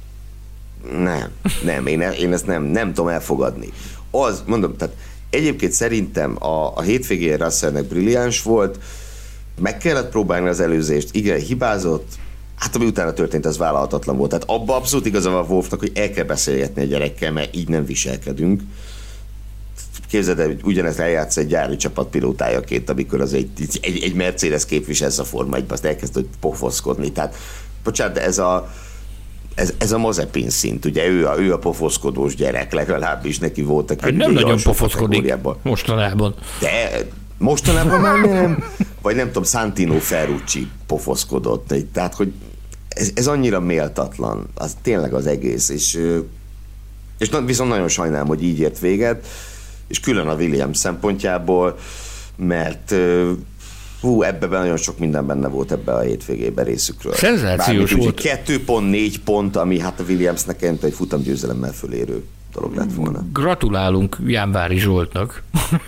B: nem, nem, én, én ezt nem, nem tudom elfogadni. Az, mondom, tehát egyébként szerintem a, a hétvégén Russellnek brilliáns volt, meg kellett próbálni az előzést, igen, hibázott, hát ami utána történt, az vállalhatatlan volt. Tehát abban abszolút igaza van Wolffnak, hogy el kell beszélgetni a gyerekkel, mert így nem viselkedünk. Képzeld el, hogy ugyanezt eljátsz egy gyári csapat pilótájaként, amikor az egy, egy, egy Mercedes képviselsz a Forma egyben, azt elkezd, hogy pofoszkodni. Tehát, bocsánat, de ez a, ez, ez a Mazepin szint, ugye ő a, ő a pofoszkodós gyerek, legalábbis neki voltak.
C: Hát nem nagyon pofoszkodik mostanában.
B: De mostanában már nem. Vagy nem tudom, Santino Ferrucci pofoszkodott. Tehát, hogy ez, ez annyira méltatlan. Az tényleg az egész. És, és viszont nagyon sajnálom, hogy így ért véget, és külön a Williams szempontjából, mert hú, ebben nagyon sok minden benne volt ebben a hétvégében részükről.
C: Szenzációs volt.
B: kettő pont négy pont, ami hát a Williamsnek egy futamgyőzelemmel fölérő dolog lett volna.
C: Gratulálunk Jánvári Zsoltnak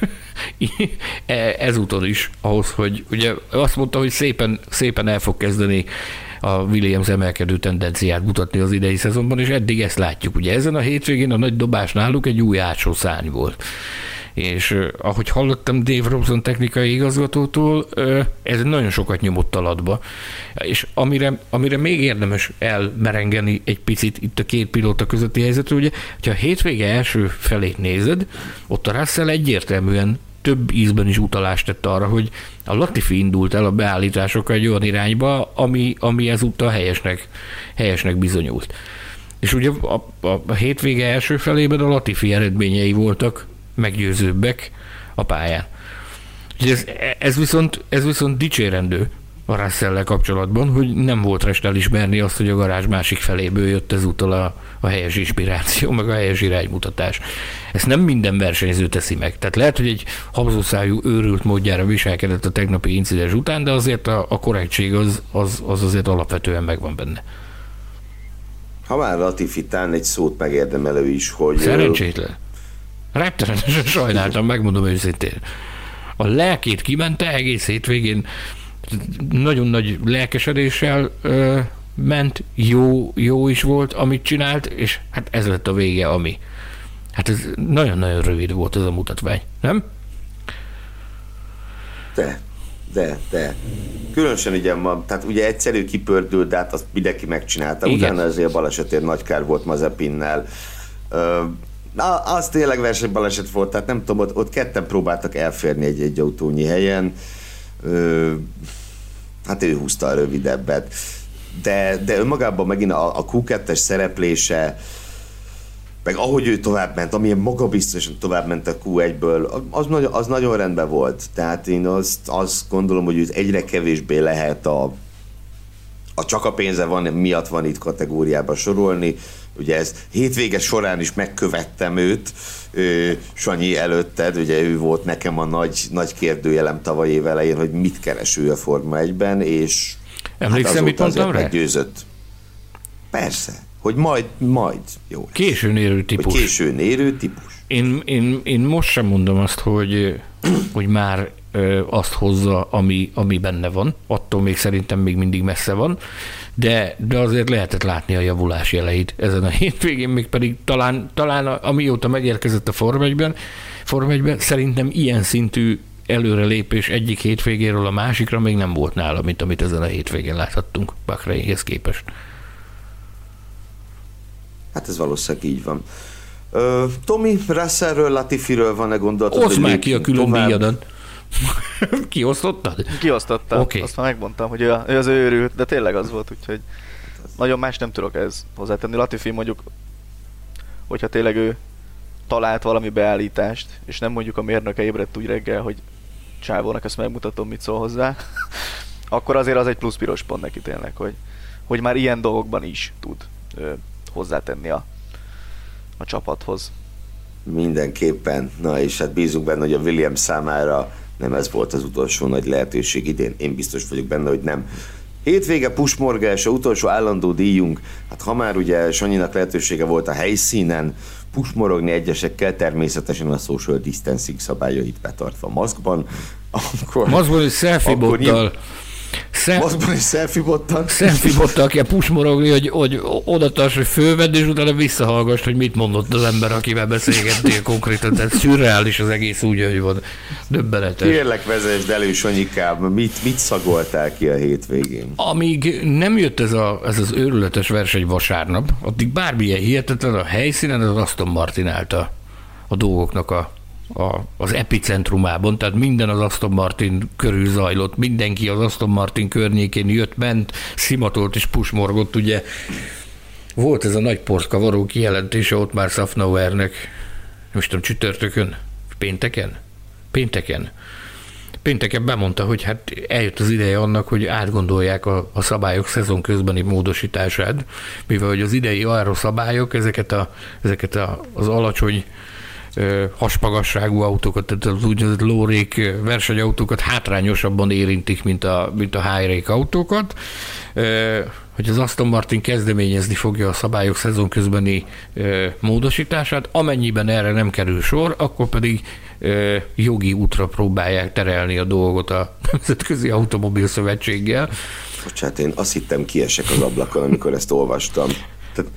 C: ezúton is ahhoz, hogy ugye azt mondta, hogy szépen, szépen el fog kezdeni a Williams emelkedő tendenciát mutatni az idei szezonban, és eddig ezt látjuk. Ugye ezen a hétvégén a nagy dobás náluk egy új átsó szárny volt. És ahogy hallottam Dave Robson technikai igazgatótól, ez nagyon sokat nyomott alatba. És amire, amire még érdemes elmerengeni egy picit itt a két pilóta közötti helyzetről, ugye, hogyha a hétvége első felét nézed, ott a Russell egyértelműen több ízben is utalást tett arra, hogy a Latifi indult el a beállításokkal egy olyan irányba, ami, ami ezúttal helyesnek, helyesnek bizonyult. És ugye a, a, a hétvége első felében a Latifi eredményei voltak meggyőzőbbek a pályán. Ez, ez, viszont, ez viszont dicsérendő a Russell-lel kapcsolatban, hogy nem volt rest elismerni azt, hogy a garázs másik feléből jött ezúttal a, a helyes inspiráció, meg a helyes iránymutatás. Ezt nem minden versenyző teszi meg. Tehát lehet, hogy egy habzószájú őrült módjára viselkedett a tegnapi incidens után, de azért a, a korrektség az, az, az azért alapvetően megvan benne.
B: Ha már Latifitán egy szót megérdemelő is, hogy...
C: Szerencsétlen. Rettenetesen sajnáltam, megmondom őszintén. A lelkét kimente egész hétvégén, nagyon nagy lelkesedéssel ö, ment, jó, jó is volt, amit csinált, és hát ez lett a vége, ami. Hát ez nagyon-nagyon rövid volt ez a mutatvány, nem?
B: De, de, de. Különösen ugye, ma, tehát ugye egyszerű kipördült, de hát azt mindenki megcsinálta. Igen. Utána azért a balesetért nagy kár volt Mazepinnel. Ö, Na, az tényleg versenybaleset volt, tehát nem tudom, ott, ott ketten próbáltak elférni egy, egy autónyi helyen. Ö, hát ő húzta a rövidebbet. De, de önmagában megint a, a kú kettes szereplése, meg ahogy ő továbbment, amilyen magabiztosan továbbment a kú egyből, az, nagyon, az nagyon rendben volt. Tehát én azt, azt gondolom, hogy őt egyre kevésbé lehet a, a csak a pénze van, miatt van itt kategóriába sorolni. Ugye ez hétvége során is megkövettem őt, ő, Sanyi előtted, ugye ő volt nekem a nagy, nagy kérdőjelem tavaly év elején, hogy mit keres ő a Forma egyben, és
C: Emlékszem,
B: hát
C: mit mondtam rá?
B: Meggyőzött. Persze, hogy majd, majd jó lesz.
C: Későn érő típus.
B: Hogy későn érő típus.
C: Én, én, én most sem mondom azt, hogy, hogy már ö, azt hozza, ami, ami benne van. Attól még szerintem még mindig messze van. De, de azért lehetett látni a javulás jeleit ezen a hétvégén, még pedig talán, talán amióta megérkezett a Form egyben, Form egyben, szerintem ilyen szintű előrelépés egyik hétvégéről a másikra még nem volt nála, mint amit ezen a hétvégén láthattunk Bahreinhez képest.
B: Hát ez valószínűleg így van. Uh, Tomi, Russellről, Latifiről van-e gondolatod?
C: Oszd már ki a külön díjadat. Kiosztottad?
D: Kiosztottam.
C: Okay.
D: Azt már megmondtam, hogy ő, ő az őrült, de tényleg az volt, úgyhogy nagyon más nem tudok ez hozzátenni. Latifi mondjuk, hogyha tényleg ő talált valami beállítást, és nem mondjuk a mérnöke ébredt úgy reggel, hogy csávónak ezt megmutatom, mit szól hozzá, akkor azért az egy plusz piros pont neki tényleg, hogy, hogy már ilyen dolgokban is tud ö, hozzátenni a, a csapathoz.
B: Mindenképpen. Na és hát bízunk benne, hogy a Williams számára nem ez volt az utolsó nagy lehetőség idén. Én biztos vagyok benne, hogy nem. Hétvége pushmorgása, utolsó állandó díjunk. Hát ha már ugye Sanyinak lehetősége volt a helyszínen pushmorogni egyesekkel, természetesen a social distancing szabályait betartva maszkban, akkor...
C: Maszkban és selfie-bottal. Szem...
B: Maszkban és selfie-bottal.
C: Selfie-bottal kell pushmorogni, hogy, hogy odatarts, hogy fölvedd, és utána visszahallgass, hogy mit mondott az ember, akivel beszélgettél konkrétan. Tehát szürreális az egész úgy, hogy van. Döbbenetes.
B: Kérlek, vezesd elő, Sanyikám, mit, mit szagoltál ki a hétvégén?
C: Amíg nem jött ez, a, ez az őrületes verseny vasárnap, addig bármilyen hihetetlen a helyszínen az Aston Martin állt a, a dolgoknak a A, az epicentrumában, tehát minden az Aston Martin körül zajlott, mindenki az Aston Martin környékén jött, ment, szimatolt és pushmorgott, ugye volt ez a nagy portkavaró kijelentése ott már Szafnauernek, most tudom, csütörtökön, pénteken? Pénteken. Pénteken bemondta, hogy hát eljött az ideje annak, hogy átgondolják a, a szabályok szezon közbeni módosítását, mivel hogy az idei aeroszabályok ezeket, a, ezeket a, az alacsony hasmagasságú autókat, tehát az úgynevezett low-rake versenyautókat hátrányosabban érintik, mint a, mint a high-rake autókat. Hogy az Aston Martin kezdeményezni fogja a szabályok szezon közbeni módosítását, amennyiben erre nem kerül sor, akkor pedig jogi útra próbálják terelni a dolgot a Nemzetközi Automobil Szövetséggel.
B: Bocsánat, én azt hittem, kiesek az ablakon, amikor ezt olvastam. Tehát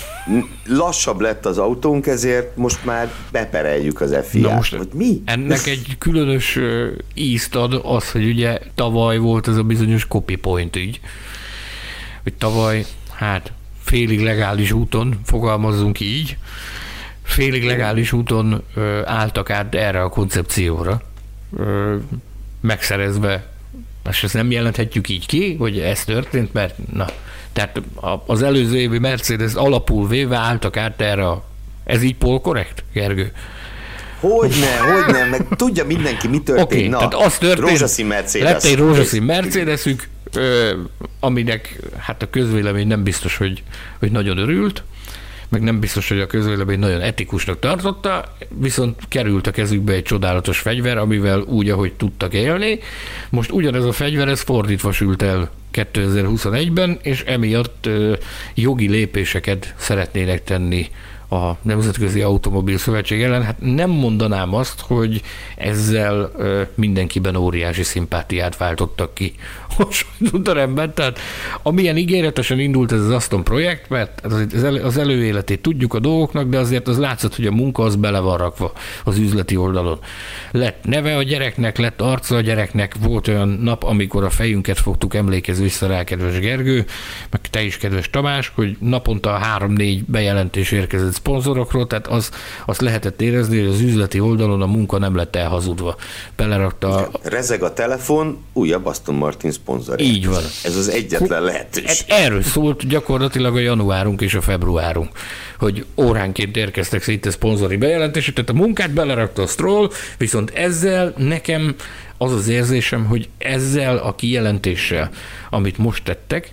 B: lassabb lett az autónk, ezért most már bepereljük az ef i á-t. Vagy mi?
C: Ennek egy különös ízt ad az, hogy ugye tavaly volt ez a bizonyos copy point ügy, hogy tavaly, hát félig legális úton, fogalmazzunk így, félig legális úton ö, álltak át erre a koncepcióra, ö, megszerezve, és ezt nem jelenthetjük így ki, hogy ez történt, mert na, tehát az előző évi Mercedes alapul véve álltak át erre a... Ez így Paul korrekt, Gergő?
B: Hogyne, hogyne, meg tudja mindenki, mi történt.
C: Okay,
B: na,
C: tehát az történt,
B: rózsaszín Mercedes.
C: lett egy rózsaszín Mercedesük, aminek hát a közvélemény nem biztos, hogy, hogy nagyon örült, meg nem biztos, hogy a közvélemény nagyon etikusnak tartotta, viszont került a kezükbe egy csodálatos fegyver, amivel úgy, ahogy tudtak élni. Most ugyanez a fegyver, ez fordítva sült el kétezer-huszonegyben, és emiatt ö, jogi lépéseket szeretnének tenni a Nemzetközi Automobil Szövetség ellen. Hát nem mondanám azt, hogy ezzel ö, mindenkiben óriási szimpátiát váltottak ki a sajtóteremben. Tehát amilyen ígéretesen indult ez az Aston projekt, mert az, elő, az előéletét tudjuk a dolgoknak, de azért az látszott, hogy a munka az bele van rakva az üzleti oldalon. Lett neve a gyereknek, lett arca a gyereknek, volt olyan nap, amikor a fejünket fogtuk, emlékezz vissza rá, kedves Gergő, meg te is, kedves Tamás, hogy naponta három-négy bejelentés érkezett szponzorokról, tehát az, azt lehetett érezni, hogy az üzleti oldalon a munka nem lett elhazudva. Belerakta a...
B: Rezeg a telefon, újabb Aston Martin szponzor.
C: Így van.
B: Ez az egyetlen lehetőség.
C: Hát erről szólt gyakorlatilag a januárunk és a februárunk, hogy óránként érkeztek szinte szponzori bejelentések, tehát a munkát belerakta a Stroll, viszont ezzel nekem az az érzésem, hogy ezzel a kijelentéssel, amit most tettek,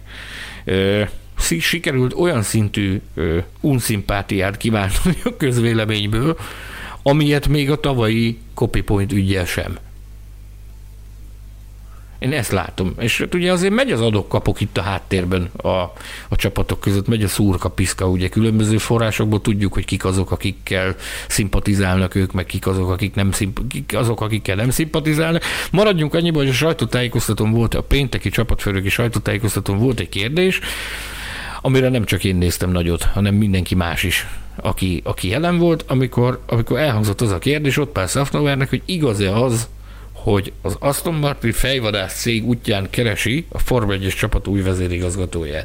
C: sikerült olyan szintű ö, unszimpátiát kiváltani a közvéleményből, amilyet még a tavalyi copy point üggyel sem. Én ezt látom. És hát ugye azért megy az adok-kapok itt a háttérben a, a csapatok között, megy a szurka-piszka, ugye különböző forrásokból tudjuk, hogy kik azok, akikkel szimpatizálnak ők, meg kik azok, akik nem szimp- kik azok, akikkel nem szimpatizálnak. Maradjunk annyiban, hogy a sajtótájékoztatón volt, a pénteki csapatfőnöki sajtótájékoztatón volt egy kérdés, amire nem csak én néztem nagyot, hanem mindenki más is, aki, aki jelen volt, amikor, amikor elhangzott az a kérdés ott pár Szafnauernek, hogy igaz-e az, hogy az Aston Martin fejvadász cég útján keresi a Forma egyes csapat új vezérigazgatóját.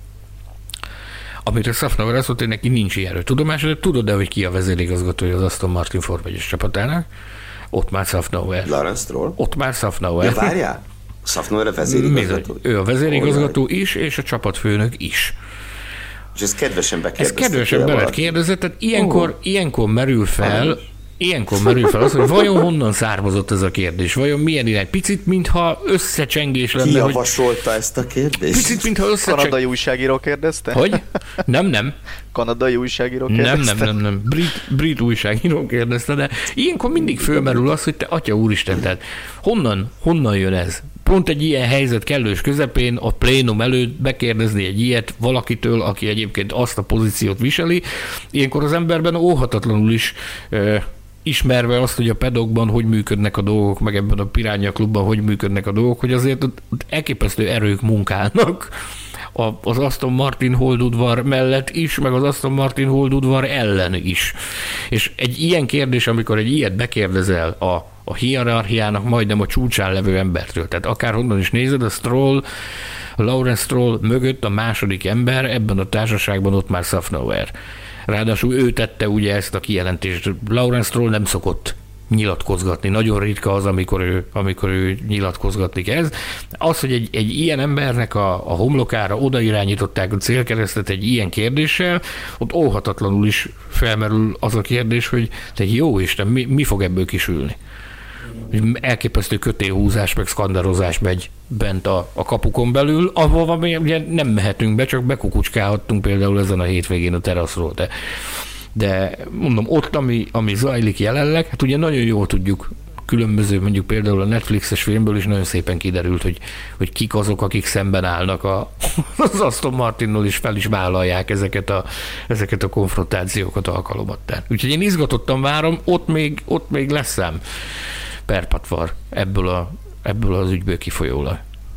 C: Amire Szafnauer azt mondta, hogy neki nincs ilyenről tudomása, de tudod-e, hogy ki a vezérigazgatója az Aston Martin Forma egyes csapatának? Ott már Szafnauer.
B: Lawrence Stroll?
C: Ott már Szafnauer.
B: Ja, várjál? Szafnauer a vezérigazgató?
C: Ő a vezérigazgató is, és a csapatfőnök is.
B: És ez kedvesen bekérdezte.
C: Ez kedvesen be lett kérdezett, tehát ilyenkor, uh. ilyenkor merül fel, ilyenkor merül fel az, hogy vajon honnan származott ez a kérdés, vajon milyen irány. Picit, mintha összecsengés lenne.
B: Ki javasolta ezt a kérdést?
C: Picit, mintha összecsengés.
D: Kanadai újságíró kérdezte?
C: Hogy? Nem, nem.
D: Kanadai újságíró kérdezte?
C: Nem, nem, nem, nem. Brit, brit újságíró kérdezte, de ilyenkor mindig fölmerül az, hogy te atya úristen, tehát honnan, honnan jön ez? Pont egy ilyen helyzet kellős közepén, a plénum előtt bekérdezni egy ilyet valakitől, aki egyébként azt a pozíciót viseli, ilyenkor az emberben óhatatlanul is e, ismerve azt, hogy a pedokban hogy működnek a dolgok, meg ebben a Piranha klubban hogy működnek a dolgok, hogy azért elképesztő erők munkálnak az Aston Martin holdudvar mellett is, meg az Aston Martin holdudvar ellen is. És egy ilyen kérdés, amikor egy ilyet bekérdezel a, a hierarchiának majdnem a csúcsán levő embertől, tehát akárhonnan is nézed, a Stroll, a Lawrence Stroll mögött a második ember ebben a társaságban ott már Szafnauer. Ráadásul ő tette ugye ezt a kijelentést. Lawrence Stroll nem szokott nyilatkozgatni. Nagyon ritka az, amikor ő, amikor ő nyilatkozgatni kezd. Az, hogy egy, egy ilyen embernek a, a homlokára odairányították a célkeresztet egy ilyen kérdéssel, ott óhatatlanul is felmerül az a kérdés, hogy te jó Isten, mi, mi fog ebből kisülni? Elképesztő kötélhúzás, meg szkandalozás megy bent a, a kapukon belül, ahol ugye nem mehetünk be, csak bekukucskálhattunk például ezen a hétvégén a teraszról, de De mondom, ott, ami, ami zajlik jelenleg, hát ugye nagyon jól tudjuk, különböző, mondjuk például a Netflixes filmből is nagyon szépen kiderült, hogy, hogy kik azok, akik szemben állnak a, az Aston Martinnal, és fel is vállalják ezeket a, ezeket a konfrontációkat alkalomattán. Úgyhogy én izgatottan várom, ott még, ott még lesz szám perpatvar ebből, a, ebből az ügyből kifolyólag.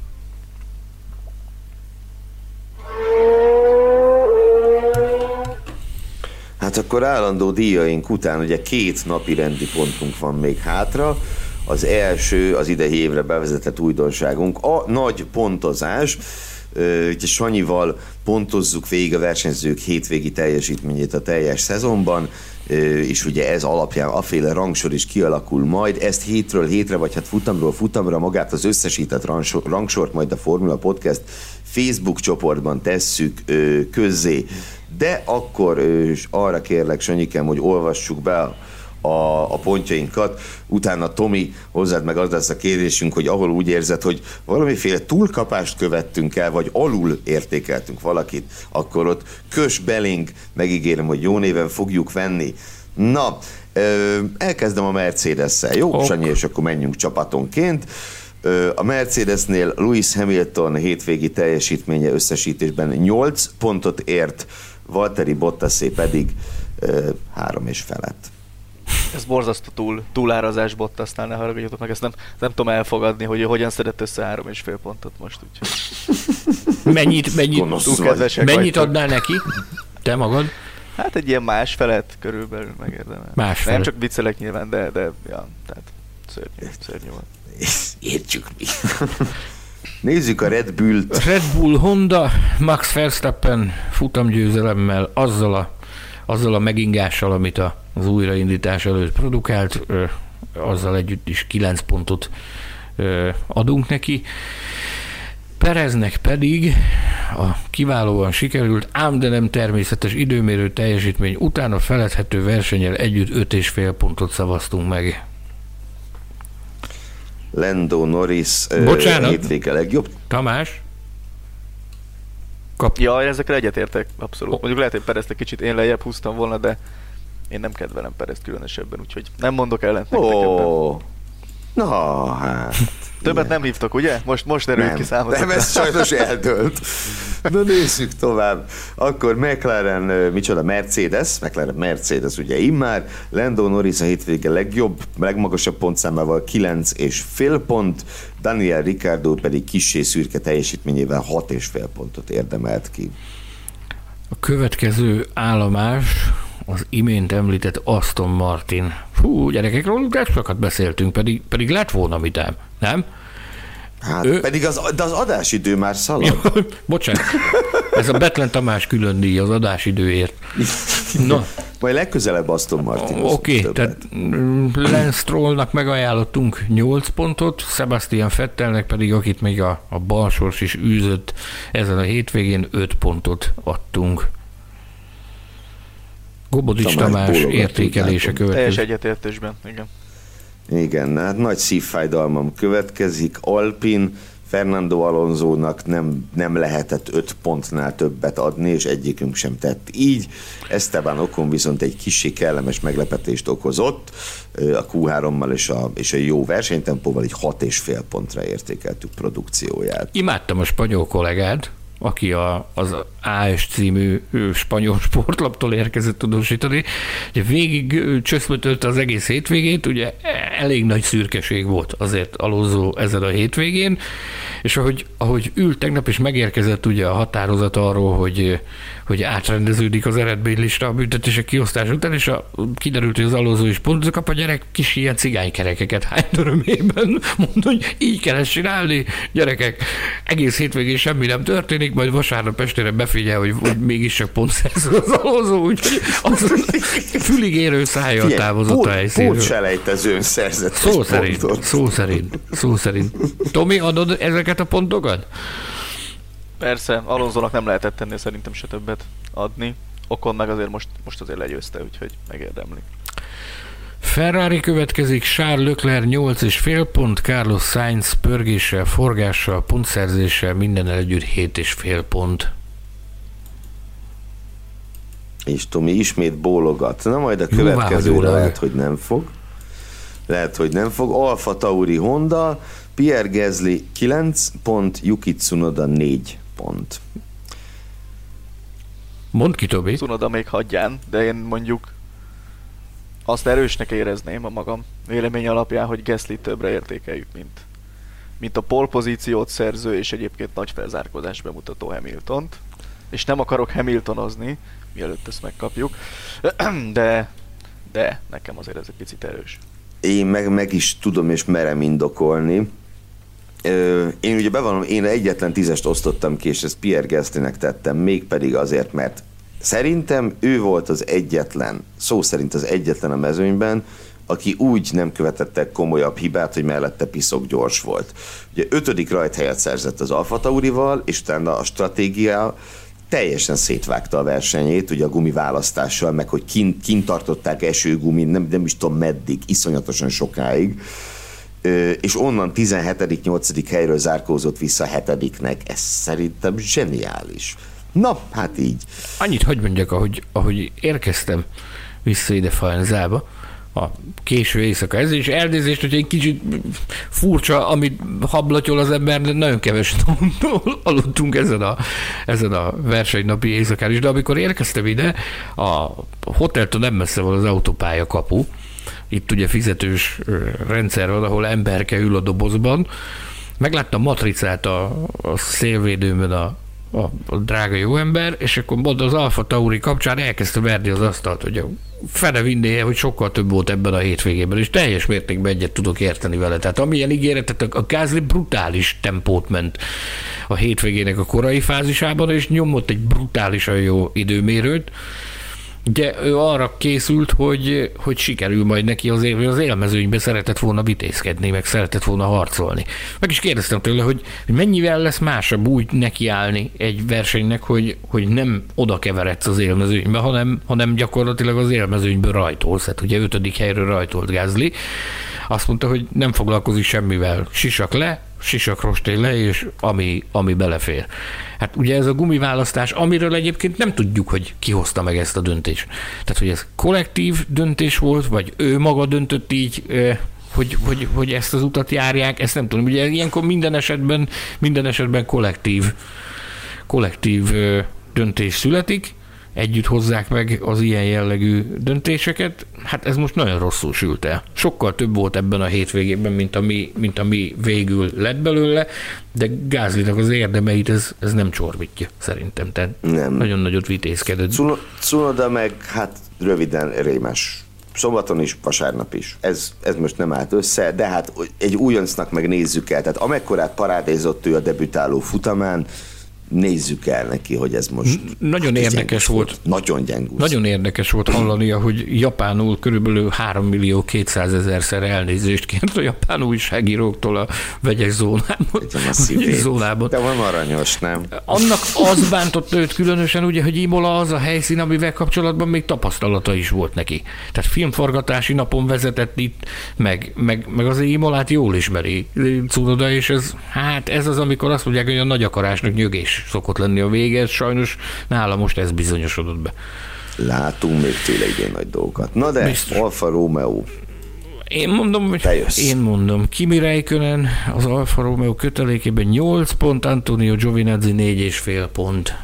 B: Hát akkor állandó díjaink után ugye két napi rendi pontunk van még hátra. Az első az idei évre bevezetett újdonságunk, a nagy pontozás. Úgyhogy Sanyival pontozzuk végig a versenyzők hétvégi teljesítményét a teljes szezonban, és ugye ez alapján aféle rangsor is kialakul majd. Ezt hétről hétre, vagy hát futamról futamra magát az összesített rangsort majd a Formula Podcast Facebook csoportban tesszük közzé. De akkor arra kérlek, Sanyikem, hogy olvassuk be a, a, a pontjainkat. Utána Tomi, hozzád meg az lesz a kérdésünk, hogy ahol úgy érzed, hogy valamiféle túlkapást követtünk el, vagy alul értékeltünk valakit, akkor ott kös belénk, megígérem, hogy jó néven fogjuk venni. Na, elkezdem a Mercedes-szel, jó, ok. Sanyi, és akkor menjünk csapatonként. A Mercedesnél Lewis Hamilton hétvégi teljesítménye összesítésben nyolc pontot ért, Valtteri Bottasé pedig ö, három és felett.
D: Ez borzasztó túl, túlárazás Bottasnál, ne haragudjatok meg, ezt nem, nem tudom elfogadni, hogy ő hogyan szedett össze három és fél pontot most. Úgyhogy.
C: Mennyit, mennyit, mennyit adnál neki? Te magad?
D: Hát egy ilyen más felett körülbelül megérdemel.
C: Más felett.
D: Nem csak viccelek nyilván, de, de ja, tehát szörnyű, szörnyű volt.
B: Értsük mi. Nézzük a Red Bullt.
C: Red Bull Honda, Max Verstappen futamgyőzelemmel, azzal a, azzal a megingással, amit az újraindítás előtt produkált, ö, azzal együtt is kilenc pontot ö, adunk neki. Pereznek pedig a kiválóan sikerült, ám de nem természetes időmérő teljesítmény után a feledhető versennyel együtt öt és fél pontot szavaztunk meg.
B: Lando Norris
C: Bocsánat.
B: hétvége legjobb.
C: Tamás? Kap.
D: Ja, ezekre egyetértek, abszolút. Mondjuk lehet, hogy Perezt egy kicsit én lejjebb húztam volna, de én nem kedvelem Perezt különösebben, úgyhogy nem mondok ellent nektek ebben.
B: Na hát.
D: Többet nem hívtok, ugye? Most, most derült ki számot.
B: Nem, ez sajnos eldőlt. Na nézzük tovább. Akkor McLaren, micsoda, Mercedes, McLaren Mercedes, ugye immár, Lando Norris a hétvége legjobb, legmagasabb pontszámával kilenc és fél pont, Daniel Ricciardo pedig kissé szürke teljesítményével hat és fél pontot érdemelt ki.
C: A következő állomás az imént említett Aston Martin. Fú, gyerekek, róluk de sokat beszéltünk, pedig, pedig lett volna mitám, nem?
B: Hát ő... pedig az, de az adásidő már szalad.
C: Bocsánat, ez a Betlen Tamás külön díj az adásidőért. No.
B: Majd legközelebb Aston Martin.
C: Oké, okay, tehát Lance Strollnak megajánlottunk nyolc pontot, Sebastian Vettelnek pedig, akit még a, a balsors is űzött ezen a hétvégén, öt pontot adtunk. Gobodics Tamás, Tamás értékelése következik.
D: Teljes egyetértésben, igen.
B: Igen, hát nagy szívfájdalmam következik. Alpin, Fernando Alonsónak nem, nem lehetett öt pontnál többet adni, és egyikünk sem tett így. Esteban Ocon viszont egy kissé kellemes meglepetést okozott. A kú hárommal és a, és a jó versenytempóval így hat és fél pontra értékeltük produkcióját.
C: Imádtam a spanyol kollégád, aki a, az á es című spanyol sportlaptól érkezett tudósítani. Ugye végig csöszmötölte az egész hétvégét, ugye elég nagy szürkeség volt azért Alonso ezen a hétvégén, és ahogy, ahogy ült tegnap, és megérkezett ugye a határozat arról, hogy, hogy átrendeződik az eredménylista a büntetések kiosztás után, és a, kiderült, hogy az Alonso is pontot kap, a gyerek kis ilyen cigánykerekeket hány örömében, mondta, hogy így kell ezt csinálni, gyerekek, egész hétvégén semmi nem történik, majd vasárnap estére befigyel, hogy, hogy mégiscsak pont szerző az Alonso, úgyhogy az fülig érő szájjal távozott a helyszínről.
B: Pótselejtezőn szerzett
C: szó szerint, pontot. Szó szerint, szó szerint. Tomi, adod ezeket a pontokat?
D: Persze, Alonsónak nem lehetett tenni szerintem se többet adni. Ocon meg azért most, most azért legyőzte, úgyhogy megérdemli.
C: Ferrari következik, Charles Leclerc nyolc és fél pont, Carlos Sainz pörgéssel, forgással, pontszerzéssel, mindennel együtt hét és fél pont.
B: És Tomi ismét bólogat. Na majd a következőre lehet, hogy nem fog. Lehet, hogy nem fog. Alfa Tauri Honda, Pierre Gasly kilenc pont, Yuki Tsunoda négy pont.
C: Mondd ki, Tobi.
D: Tsunoda még hagyján, de én mondjuk azt erősnek érezném a magam vélemény alapján, hogy Gasly többre értékeljük, mint, mint a pole pozíciót szerző és egyébként nagy felzárkózást bemutató Hamiltont. És nem akarok Hamiltonozni, mielőtt ezt megkapjuk, de, de nekem azért ez egy picit erős.
B: Én meg, meg is tudom és merem indokolni. Én ugye bevallom, én egyetlen tízest osztottam ki, és ezt Pierre Gaslynek tettem, mégpedig azért, mert szerintem ő volt az egyetlen, szó szerint az egyetlen a mezőnyben, aki úgy nem követett el komolyabb hibát, hogy mellette piszok gyors volt. Ugye ötödik rajthelyet szerzett az Alfa Taurival, és utána a stratégia teljesen szétvágta a versenyét, ugye a gumiválasztással, meg hogy kint, kint tartották esőgumin, nem, nem is tudom meddig, iszonyatosan sokáig, Ö, és onnan tizenhetedik nyolcadik helyről zárkózott vissza hetediknek. Ez szerintem zseniális. Na, hát így.
C: Annyit hadd mondjak, ahogy, ahogy érkeztem vissza ide Faenzába, a késő éjszaka. Ez is elnézést, hogy egy kicsit furcsa, amit hablatyol az ember, de nagyon keveset aludtunk ezen a, ezen a versenynapi éjszakán is, de amikor érkeztem ide, a hoteltől nem messze van az autópálya kapu, itt ugye fizetős rendszer van, ahol emberke ül a dobozban, megláttam matricát a, a szélvédőmön a A, a drága jó ember, és akkor mondta az Alfa Tauri kapcsán elkezdte verni az asztalt, hogy a fene vinné, hogy sokkal több volt ebben a hétvégében, és teljes mértékben egyet tudok érteni vele. Tehát amilyen ígéretet, a Gasly brutális tempót ment a hétvégének a korai fázisában, és nyomott egy brutálisan jó időmérőt. Ugye ő arra készült, hogy, hogy sikerül majd neki azért, hogy az élmezőnyben szeretett volna vitézkedni, meg szeretett volna harcolni. Meg is kérdeztem tőle, hogy, hogy mennyivel lesz másabb úgy nekiállni egy versenynek, hogy, hogy nem oda keveredsz az élmezőnybe, hanem, hanem gyakorlatilag az élmezőnyből rajtolsz. Hát ugye ötödik helyről rajtolt Gasly. Azt mondta, hogy nem foglalkozik semmivel. Sisak le, sisak rostél le, és ami, ami belefér. Hát ugye ez a gumiválasztás, amiről egyébként nem tudjuk, hogy ki hozta meg ezt a döntést. Tehát, hogy ez kollektív döntés volt, vagy ő maga döntött így, hogy, hogy, hogy ezt az utat járják, ezt nem tudom. Ugye ilyenkor minden esetben, minden esetben kollektív, kollektív döntés születik, együtt hozzák meg az ilyen jellegű döntéseket. Hát ez most nagyon rosszul sült el. Sokkal több volt ebben a hétvégében, mint ami, mint ami végül lett belőle, de Gaslynak az érdemeit ez, ez nem csorbítja, szerintem. Tehát nem. Nagyon nagyot vitézkedett.
B: Cunoda meg hát röviden rémes. Szombaton is, vasárnap is. Ez, ez most nem állt össze, de hát egy újoncnak meg nézzük el. Tehát amekkorát parádézott ő a debütáló futamán, nézzük el neki, hogy ez most...
C: Nagyon hát érdekes volt. volt.
B: Nagyon gyengúsz.
C: Nagyon érdekes volt hallani, hogy japánul körülbelül három millió kétszázezerszer elnézést kért a japán újságíróktól a vegyes zónában. A zónában.
B: De van aranyos, nem?
C: Annak az bántott őt különösen, ugye, hogy Imola az a helyszín, amivel kapcsolatban még tapasztalata is volt neki. Tehát filmforgatási napon vezetett itt, meg, meg, meg azért Imolát jól ismeri Cunoda, és ez, hát ez az, amikor azt mondják, hogy a nagy akarásnak nyögés szokott lenni a vége, sajnos nála most ez bizonyosodott be.
B: Látunk még tőle idén nagy dolgokat. Na de, biztos. Alfa Romeo.
C: Én mondom, hogy én mondom, Kimi Räikkönen az Alfa Romeo kötelékében nyolc pont, Antonio Giovinazzi négy és fél pont.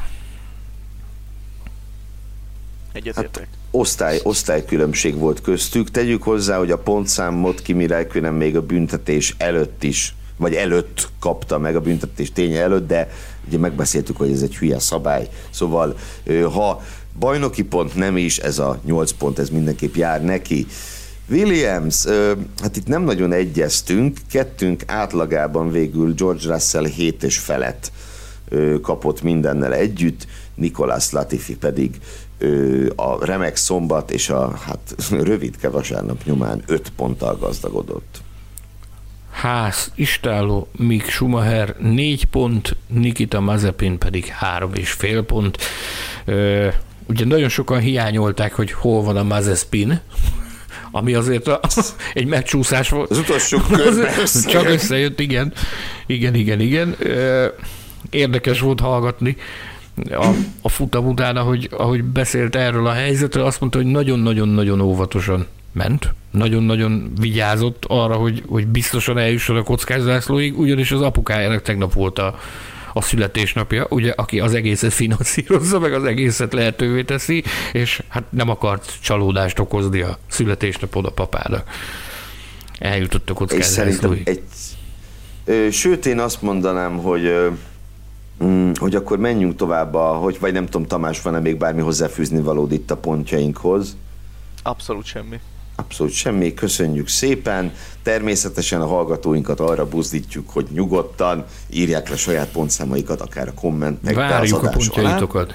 D: Egyetértek. Hát,
B: osztály, osztálykülönbség volt köztük. Tegyük hozzá, hogy a pontszámot Kimi Räikkönen még a büntetés előtt is, vagy előtt kapta meg a büntetés ténye előtt, de ugye megbeszéltük, hogy ez egy hülye szabály. Szóval ha bajnoki pont nem is, ez a nyolc pont, ez mindenképp jár neki. Williams, hát itt nem nagyon egyeztünk, kettünk átlagában végül George Russell hét és felett kapott mindennel együtt, Nicolas Latifi pedig a remek szombat és a hát rövidke vasárnap nyomán öt ponttal gazdagodott.
C: Haas, istálló Mick Schumacher négy pont, Nikita Mazepin pedig három és fél pont. Ö, ugye nagyon sokan hiányolták, hogy hol van a Mazepin, ami azért a, egy megcsúszás volt.
B: Az utolsó körben összejött.
C: Csak összejött, igen. Igen, igen, igen. Ö, érdekes volt hallgatni a, a futam után, ahogy, ahogy beszélt erről a helyzetről, azt mondta, hogy nagyon-nagyon-nagyon óvatosan ment, nagyon-nagyon vigyázott arra, hogy, hogy biztosan eljusson a kockázászlóig, ugyanis az apukájának tegnap volt a, a születésnapja, ugye, aki az egészet finanszírozza, meg az egészet lehetővé teszi, és hát nem akart csalódást okozni a születésnapod a papának. Eljutott a kockázászlóig.
B: Egy, ö, sőt, én azt mondanám, hogy ö, mm, hogy akkor menjünk tovább, a, hogy, vagy nem tudom, Tamás, van-e még bármi hozzáfűzni valód itt a pontjainkhoz?
D: Abszolút semmi.
B: Abszolút semmi, köszönjük szépen. Természetesen a hallgatóinkat arra buzdítjuk, hogy nyugodtan írják le saját pontszámaikat, akár a kommentekbe.
C: Várjuk a pontjaitokat.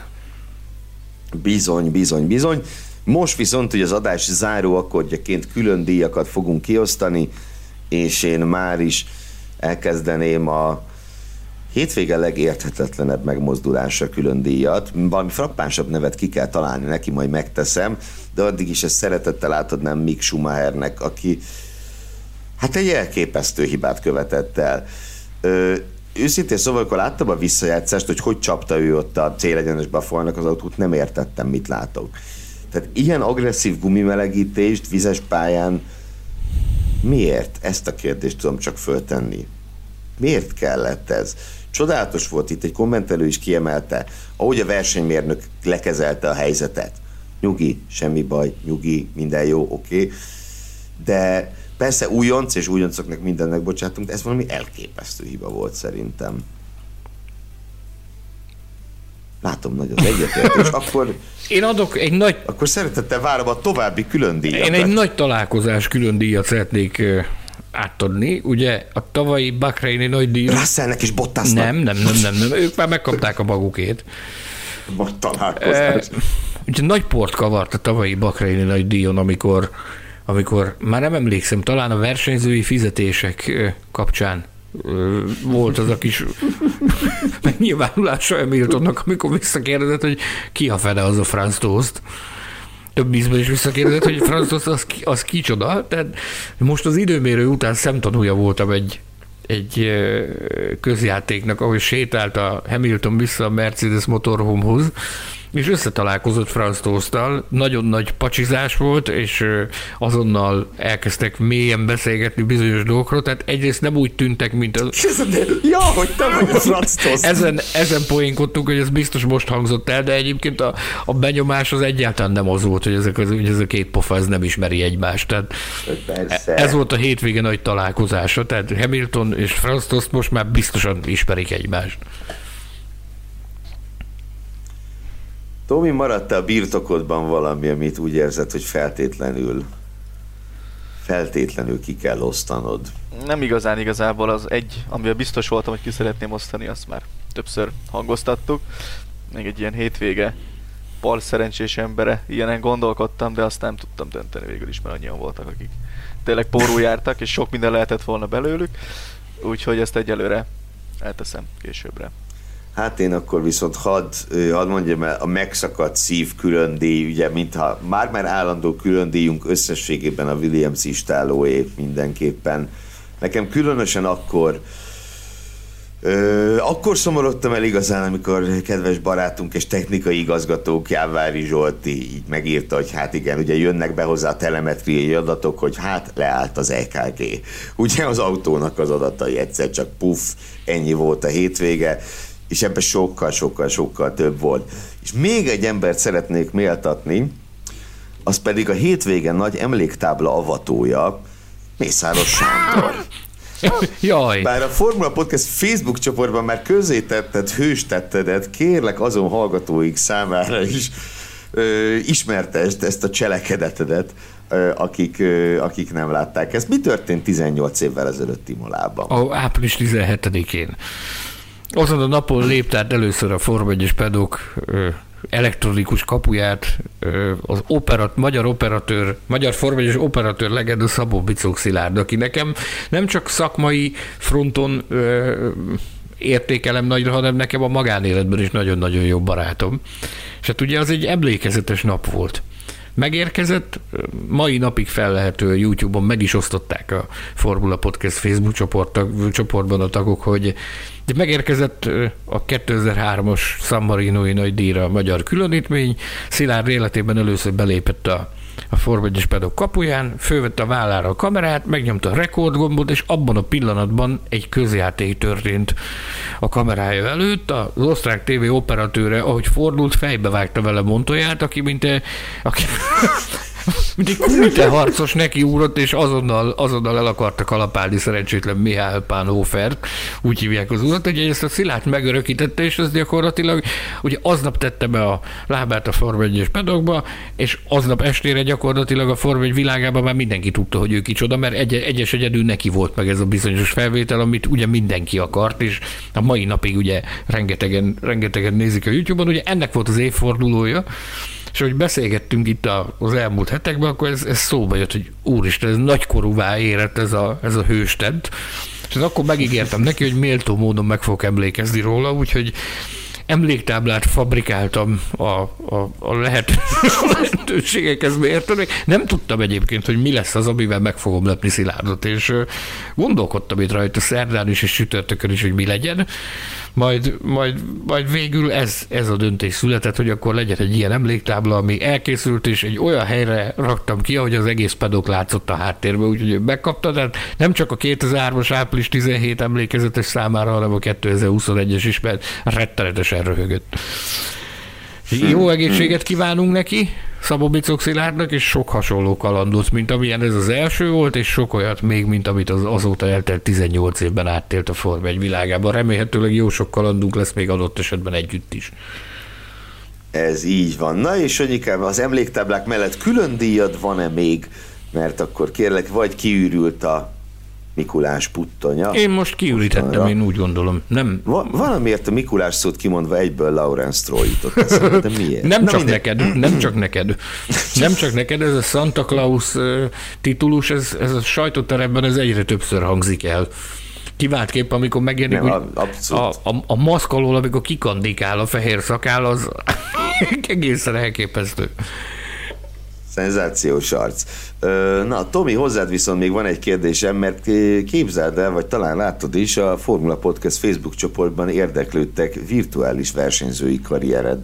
B: Bizony, bizony, bizony. Most viszont, hogy az adás záró akkordjaként külön díjakat fogunk kiosztani, és én már is elkezdeném a hétvége legérthetetlenebb megmozdulása külön díjat. Valami frappánsabb nevet ki kell találni neki, majd megteszem, de addig is ezt szeretettel átadnám Mick Schumachernek, aki hát egy elképesztő hibát követett el. Ö, őszintén szóval, amikor láttam a visszajátszást, hogy hogy csapta ő ott a célegyenesbe a falnak az autót, nem értettem, mit látok. Tehát ilyen agresszív gumimelegítést vizes pályán miért? Ezt a kérdést tudom csak föltenni. Miért kellett ez? Csodálatos volt, itt egy kommentelő is kiemelte, ahogy a versenymérnök lekezelte a helyzetet. Nyugi, semmi baj, nyugi, minden jó, oké. Okay. De persze újonc, és újoncoknak mindennek bocsátunk, de ez valami elképesztő hiba volt szerintem. Látom nagy az egyetértés, akkor...
C: Én adok egy nagy...
B: Akkor szeretettel várom a további külön díjat.
C: Én egy nagy találkozás külön díjat szeretnék átadni. Ugye a tavalyi Bahreini nagy díj...
B: Russellnek és Bottasnak.
C: Nem, nem, nem, nem, nem, ők már megkapták a magukét.
B: Nagy találkozás.
C: E, ugye nagy port kavart a tavalyi Bahreini nagy díjon, amikor, amikor már nem emlékszem, talán a versenyzői fizetések kapcsán volt az a kis megnyilvánulása Hamiltonnak, amikor visszakérdezett, hogy ki a fene az a Franz Tost. Több ízben is visszakérdezett, hogy Franz Tost az, az kicsoda. Tehát most az időmérő után szemtanúja voltam egy, egy közjátéknak, ahogy sétált a Hamilton vissza a Mercedes motorhomehoz, és összetalálkozott Franz Toszttal, nagyon nagy pacsizás volt, és azonnal elkezdtek mélyen beszélgetni bizonyos dolgokról, tehát egyrészt nem úgy tűntek, mint az...
B: Ja, hogy te vagy a Franz Toszt.
C: Ezen, ezen poénkodtunk, hogy ez biztos most hangzott el, de egyébként a, a benyomás az egyáltalán nem az volt, hogy ezek, az, hogy ez a két pofa ez nem ismeri egymást. Tehát ez volt a hétvége nagy találkozása, tehát Hamilton és Franz Tost most már biztosan ismerik egymást.
B: Tomi, maradt-e a birtokodban valami, amit úgy érzed, hogy feltétlenül feltétlenül ki kell osztanod?
D: Nem igazán igazából az egy, amivel biztos voltam, hogy ki szeretném osztani, azt már többször hangoztattuk. Még egy ilyen hétvége bal szerencsés embere, ilyenen gondolkodtam, de azt nem tudtam dönteni végül is, mert annyian voltak, akik tényleg pórul jártak, és sok minden lehetett volna belőlük, úgyhogy ezt egyelőre elteszem későbbre. Hát
B: én akkor viszont hadd, hadd mondjam el, a megszakadt szív különdíj, ugye mintha már-már állandó különdíjunk összességében a Williams istálóé mindenképpen. Nekem különösen akkor Ö, akkor szomorodtam el igazán, amikor kedves barátunk és technikai igazgatók Jávári Zsolti így megírta, hogy hát igen, ugye jönnek be hozzá a telemetriai adatok, hogy hát leállt az é ká gé. Ugye az autónak az adatai egyszer csak puff, ennyi volt a hétvége, és ebben sokkal, sokkal, sokkal több volt. És még egy embert szeretnék méltatni, az pedig a hétvégen nagy emléktábla avatója, Mészáros Sándor.
C: Jaj.
B: Bár a Formula Podcast Facebook csoportban már közzétetted, hőstettedet, kérlek azon hallgatóik számára is ö, ismertesd ezt a cselekedetedet, ö, akik, ö, akik nem látták ezt. Mi történt tizennyolc évvel ezelőtt Imolában?
C: A április tizenhetedikén. Azon a napon lépte át először a Forma egyes pedok elektronikus kapuját az operat, magyar operatőr, magyar Forma egyes operatőr legenda Szabó Bicók Szilárd, aki nekem nem csak szakmai fronton ö, értékelem nagyra, hanem nekem a magánéletben is nagyon-nagyon jó barátom. És hát ugye az egy emlékezetes nap volt. Megérkezett, mai napig fellehető YouTube-on meg is osztották a Formula Podcast Facebook csoport, csoportban a tagok, hogy megérkezett a kétezer-hármas San Marinoi nagy díjra a magyar különítmény. Szilárd életében először belépett a, a Forma egyes pedok kapuján, fölvette a vállára a kamerát, megnyomta a rekordgombot, és abban a pillanatban egy közjáték történt a kamerája előtt. Az osztrák té vé operatőre, ahogy fordult, fejbevágta vele Montoyát, aki mint, aki, mint egy kumite harcos neki úrott, és azonnal, azonnal el akarta kalapálni szerencsétlen Mihály Pánhofert, úgy hívják az urat, hogy ezt a Szilárd megörökítette, és ez gyakorlatilag ugye aznap tette be a lábát a Forma egyes pedokba, és aznap estére gyakorlatilag a Forma egy világában már mindenki tudta, hogy ő kicsoda, mert egy, egyes egyedül neki volt meg ez a bizonyos felvétel, amit ugye mindenki akart, és a mai napig ugye rengetegen, rengetegen nézik a YouTube-on, ugye ennek volt az évfordulója, és ahogy beszélgettünk itt az elmúlt hetekben, akkor ez, ez szóba jött, hogy úristen, ez nagykorúvá érett ez a, ez a hőstent, és akkor megígértem neki, hogy méltó módon meg fogok emlékezni róla, úgyhogy emléktáblát fabrikáltam a, a, a lehet, lehetőségekhez mértően. Nem tudtam egyébként, hogy mi lesz az, amivel meg fogom lepni Szilárdot, és gondolkodtam itt rajta szerdán is, és sütörtökön is, hogy mi legyen. Majd, majd, majd végül ez, ez a döntés született, hogy akkor legyen egy ilyen emléktábla, ami elkészült, és egy olyan helyre raktam ki, ahogy az egész pedok látszott a háttérben, úgyhogy megkapta, tehát nem csak a kétezer-hármas április tizenhét emlékezetes számára, hanem a kétezer-huszonegyes is, mert rettenetesen röhögött. Jó egészséget kívánunk neki, Szabó Bicók Szilárdnak, és sok hasonló kalandot, mint amilyen ez az első volt, és sok olyat még, mint amit az azóta eltelt tizennyolc évben áttélt a Forma egy világában. Remélhetőleg jó sok kalandunk lesz még adott esetben együtt is.
B: Ez így van. Na és Anyikám, az emléktáblák mellett külön díjad van-e még? Mert akkor kérlek, vagy kiürült a Mikulás puttonya.
C: Én most kiürítettem, én úgy gondolom. Nem.
B: Va- valamiért a Mikulás szót kimondva egyből Lawrence Stroll jutott eszembe, de miért?
C: Nem
B: Na,
C: csak
B: minden...
C: neked, nem csak neked. Nem csak neked, ez a Santa Claus uh, titulus, ez, ez a sajtóteremben ez egyre többször hangzik el. Kiváltképp, amikor megjelenik, hogy a, a, a maszk alól, amikor kikandikál a fehér szakáll, az egészen elképesztő.
B: Szenzációs arc. Na, Tomi, hozzád viszont még van egy kérdésem, mert képzeld el, vagy talán láttad is, a Formula Podcast Facebook csoportban érdeklődtek virtuális versenyzői karriered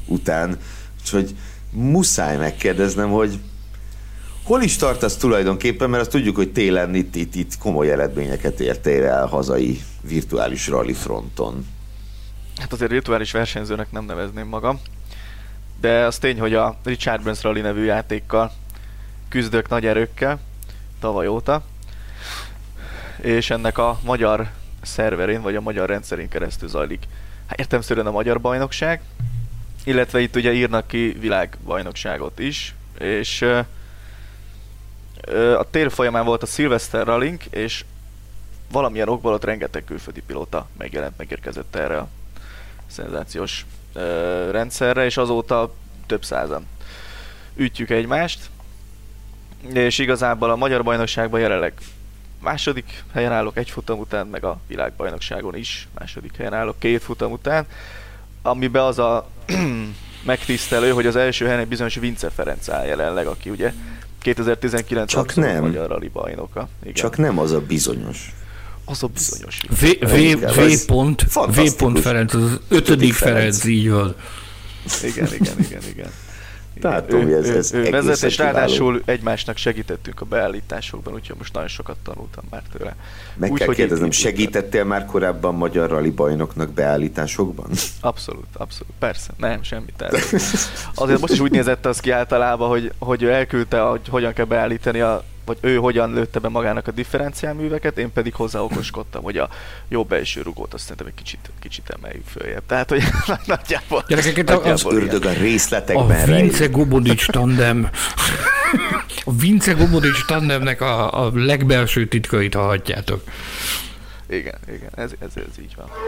B: után. Úgyhogy muszáj megkérdeznem, hogy hol is tartasz tulajdonképpen, mert azt tudjuk, hogy télen itt, itt, itt komoly eredményeket értél el hazai virtuális rally fronton.
D: Hát azért virtuális versenyzőnek nem nevezném magam, de az tény, hogy a Richard Burns Rally nevű játékkal küzdök nagy erőkkel tavaly óta, és ennek a magyar szerverén, vagy a magyar rendszerén keresztül zajlik. Hát értelemszerűen a magyar bajnokság, illetve itt ugye írnak ki világbajnokságot is, és ö, ö, a tél folyamán volt a Silvester Rallink, és valamilyen okból ott rengeteg külföldi pilóta megjelent, megérkezett erre a szenzációs ö, rendszerre, és azóta több százan ütjük egymást, és igazából a magyar bajnokságban jelenleg második helyen állok egy futam után, meg a világbajnokságon is második helyen állok két futam után, amiben az a megtisztelő, hogy az első helyen egy bizonyos Vince Ferenc áll jelenleg, aki ugye kétezer-tizenkilenc
B: Csak nem.
D: magyar rally bajnoka. Igen.
B: Csak nem az a bizonyos.
D: Az a bizonyos.
C: V. V. V. Pont, V. Pont Ferenc, az ötödik Ferenc, így van.
D: Igen, igen, igen, igen.
B: Tehát, Tomi, ez, ez
D: ő, ő vezet, és ráadásul egymásnak segítettünk a beállításokban, úgyhogy most nagyon sokat tanultam már tőle.
B: Meg
D: úgy,
B: kell kérdeznem,
D: itt,
B: segítettél itt, már korábban magyar rally bajnoknak beállításokban?
D: Abszolút, abszolút, persze, nem, semmit el. Azért most is úgy nézett az ki általában, hogy, hogy ő elküldte, hogy hogyan kell beállítani a vagy ő hogyan lőtte be magának a differenciálműveket, én pedig hozzá okoskodtam, hogy a jobb belső rugót azt szerintem egy kicsit, kicsit emeljük följebb. Tehát, hogy nagyjából...
C: Gyerekeket,
B: az ördög a részletekben
C: a Vince Gobodics tandem, a Vince Gobodics tandemnek a, a legbelső titkait hallhatjátok.
D: Igen, igen, ez, ez, ez így van.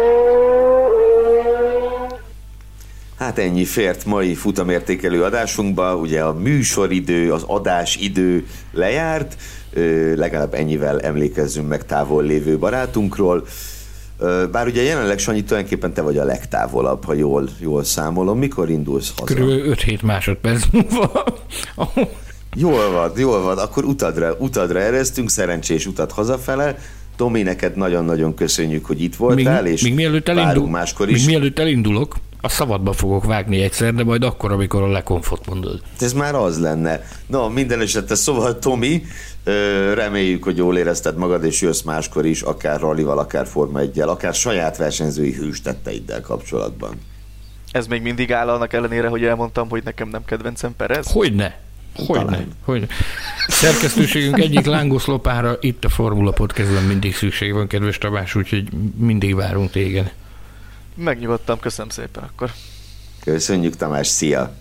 B: Hát ennyi fért mai futamértékelő adásunkba, ugye a műsoridő, az adásidő lejárt, ö, legalább ennyivel emlékezzünk meg távol lévő barátunkról. Ö, bár ugye jelenleg, Sanyi, tulajdonképpen te vagy a legtávolabb, ha jól, jól számolom. Mikor indulsz haza?
C: Körülbelül öt-hét másodperc múlva.
B: Jól van, jól van, akkor utadra, utadra eresztünk, szerencsés utat hazafele. Tomi, neked nagyon-nagyon köszönjük, hogy itt voltál,
C: még,
B: és
C: még mielőtt
B: várunk
C: elindul,
B: máskor is.
C: Még mielőtt elindulok, a szabadba fogok vágni egyszer, de majd akkor, amikor a lekonfot mondod.
B: Ez már az lenne. No, minden esetre, szóval Tomi, reméljük, hogy jól érezted magad, és jössz máskor is, akár rallival, akár Forma egyel, akár saját versenyzői hőstetteiddel kapcsolatban.
D: Ez még mindig áll annak ellenére, hogy elmondtam, hogy nekem nem kedvencem Perez?
C: Hogyne. Hogyne, hogyne. Szerkesztőségünk egyik lángoszlopára itt a Formula Podcastben mindig szükség van, kedves Tamás, úgyhogy mindig várunk téged.
D: Megnyugodtam, köszönöm szépen akkor.
B: Köszönjük, Tamás, szia!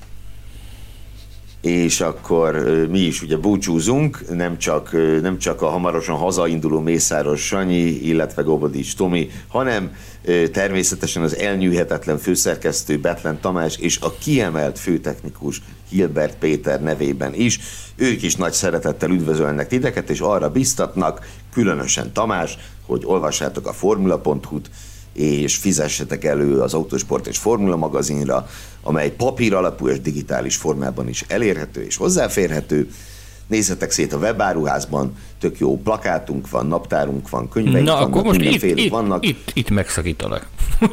B: És akkor mi is ugye búcsúzunk, nem csak, nem csak a hamarosan hazainduló Mészáros Sanyi, illetve Gobodics Tomi, hanem természetesen az elnyűhetetlen főszerkesztő Betlen Tamás és a kiemelt főtechnikus Hilbert Péter nevében is. Ők is nagy szeretettel üdvözölnek titeket, és arra biztatnak, különösen Tamás, hogy olvassátok a formula pont hu-t, és fizessetek elő az Autosport és Formula magazinra, amely papír alapú és digitális formában is elérhető és hozzáférhető. Nézzetek szét a webáruházban, tök jó plakátunk van, naptárunk van, könyveink
C: Na,
B: vannak,
C: akkor most itt, itt,
B: vannak.
C: Itt, itt megszakítalak.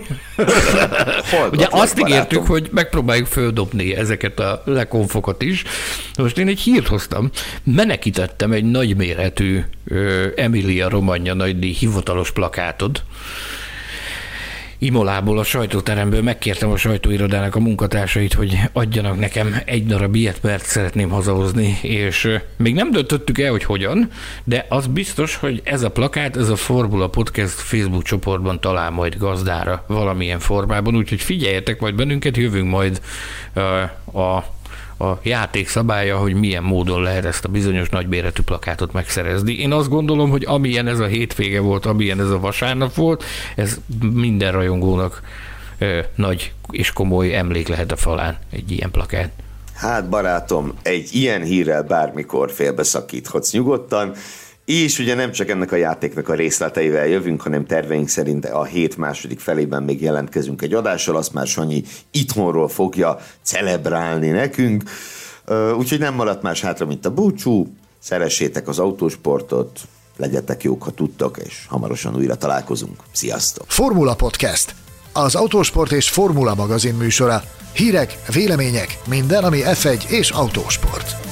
C: Ugye azt ígértük, hogy megpróbáljuk földobni ezeket a lekonfokat is. Most én egy hírt hoztam. Menekítettem egy nagyméretű Emilia Romagna nagydíj hivatalos plakátot. Imolából, a sajtóteremből megkértem a sajtóirodának a munkatársait, hogy adjanak nekem egy darab ilyet, mert szeretném hazahozni, és még nem döntöttük el, hogy hogyan, de az biztos, hogy ez a plakát, ez a Formula Podcast Facebook csoportban talál majd gazdára valamilyen formában, úgyhogy figyeljetek majd bennünket, jövünk majd uh, a a játék szabálya, hogy milyen módon lehet ezt a bizonyos nagyméretű plakátot megszerezni. Én azt gondolom, hogy amilyen ez a hétvége volt, amilyen ez a vasárnap volt, ez minden rajongónak ö, nagy és komoly emlék lehet a falán, egy ilyen plakát.
B: Hát barátom, egy ilyen hírrel bármikor félbeszakíthatsz nyugodtan, és ugye nem csak ennek a játéknak a részleteivel jövünk, hanem terveink szerint a hét második felében még jelentkezünk egy adással, azt már Sanyi itthonról fogja celebrálni nekünk, úgyhogy nem maradt más hátra, mint a búcsú, szeressétek az autósportot, legyetek jók, ha tudtok, és hamarosan újra találkozunk. Sziasztok!
A: Formula Podcast, az Autósport és Formula magazin műsora. Hírek, vélemények, minden, ami ef egy és autósport.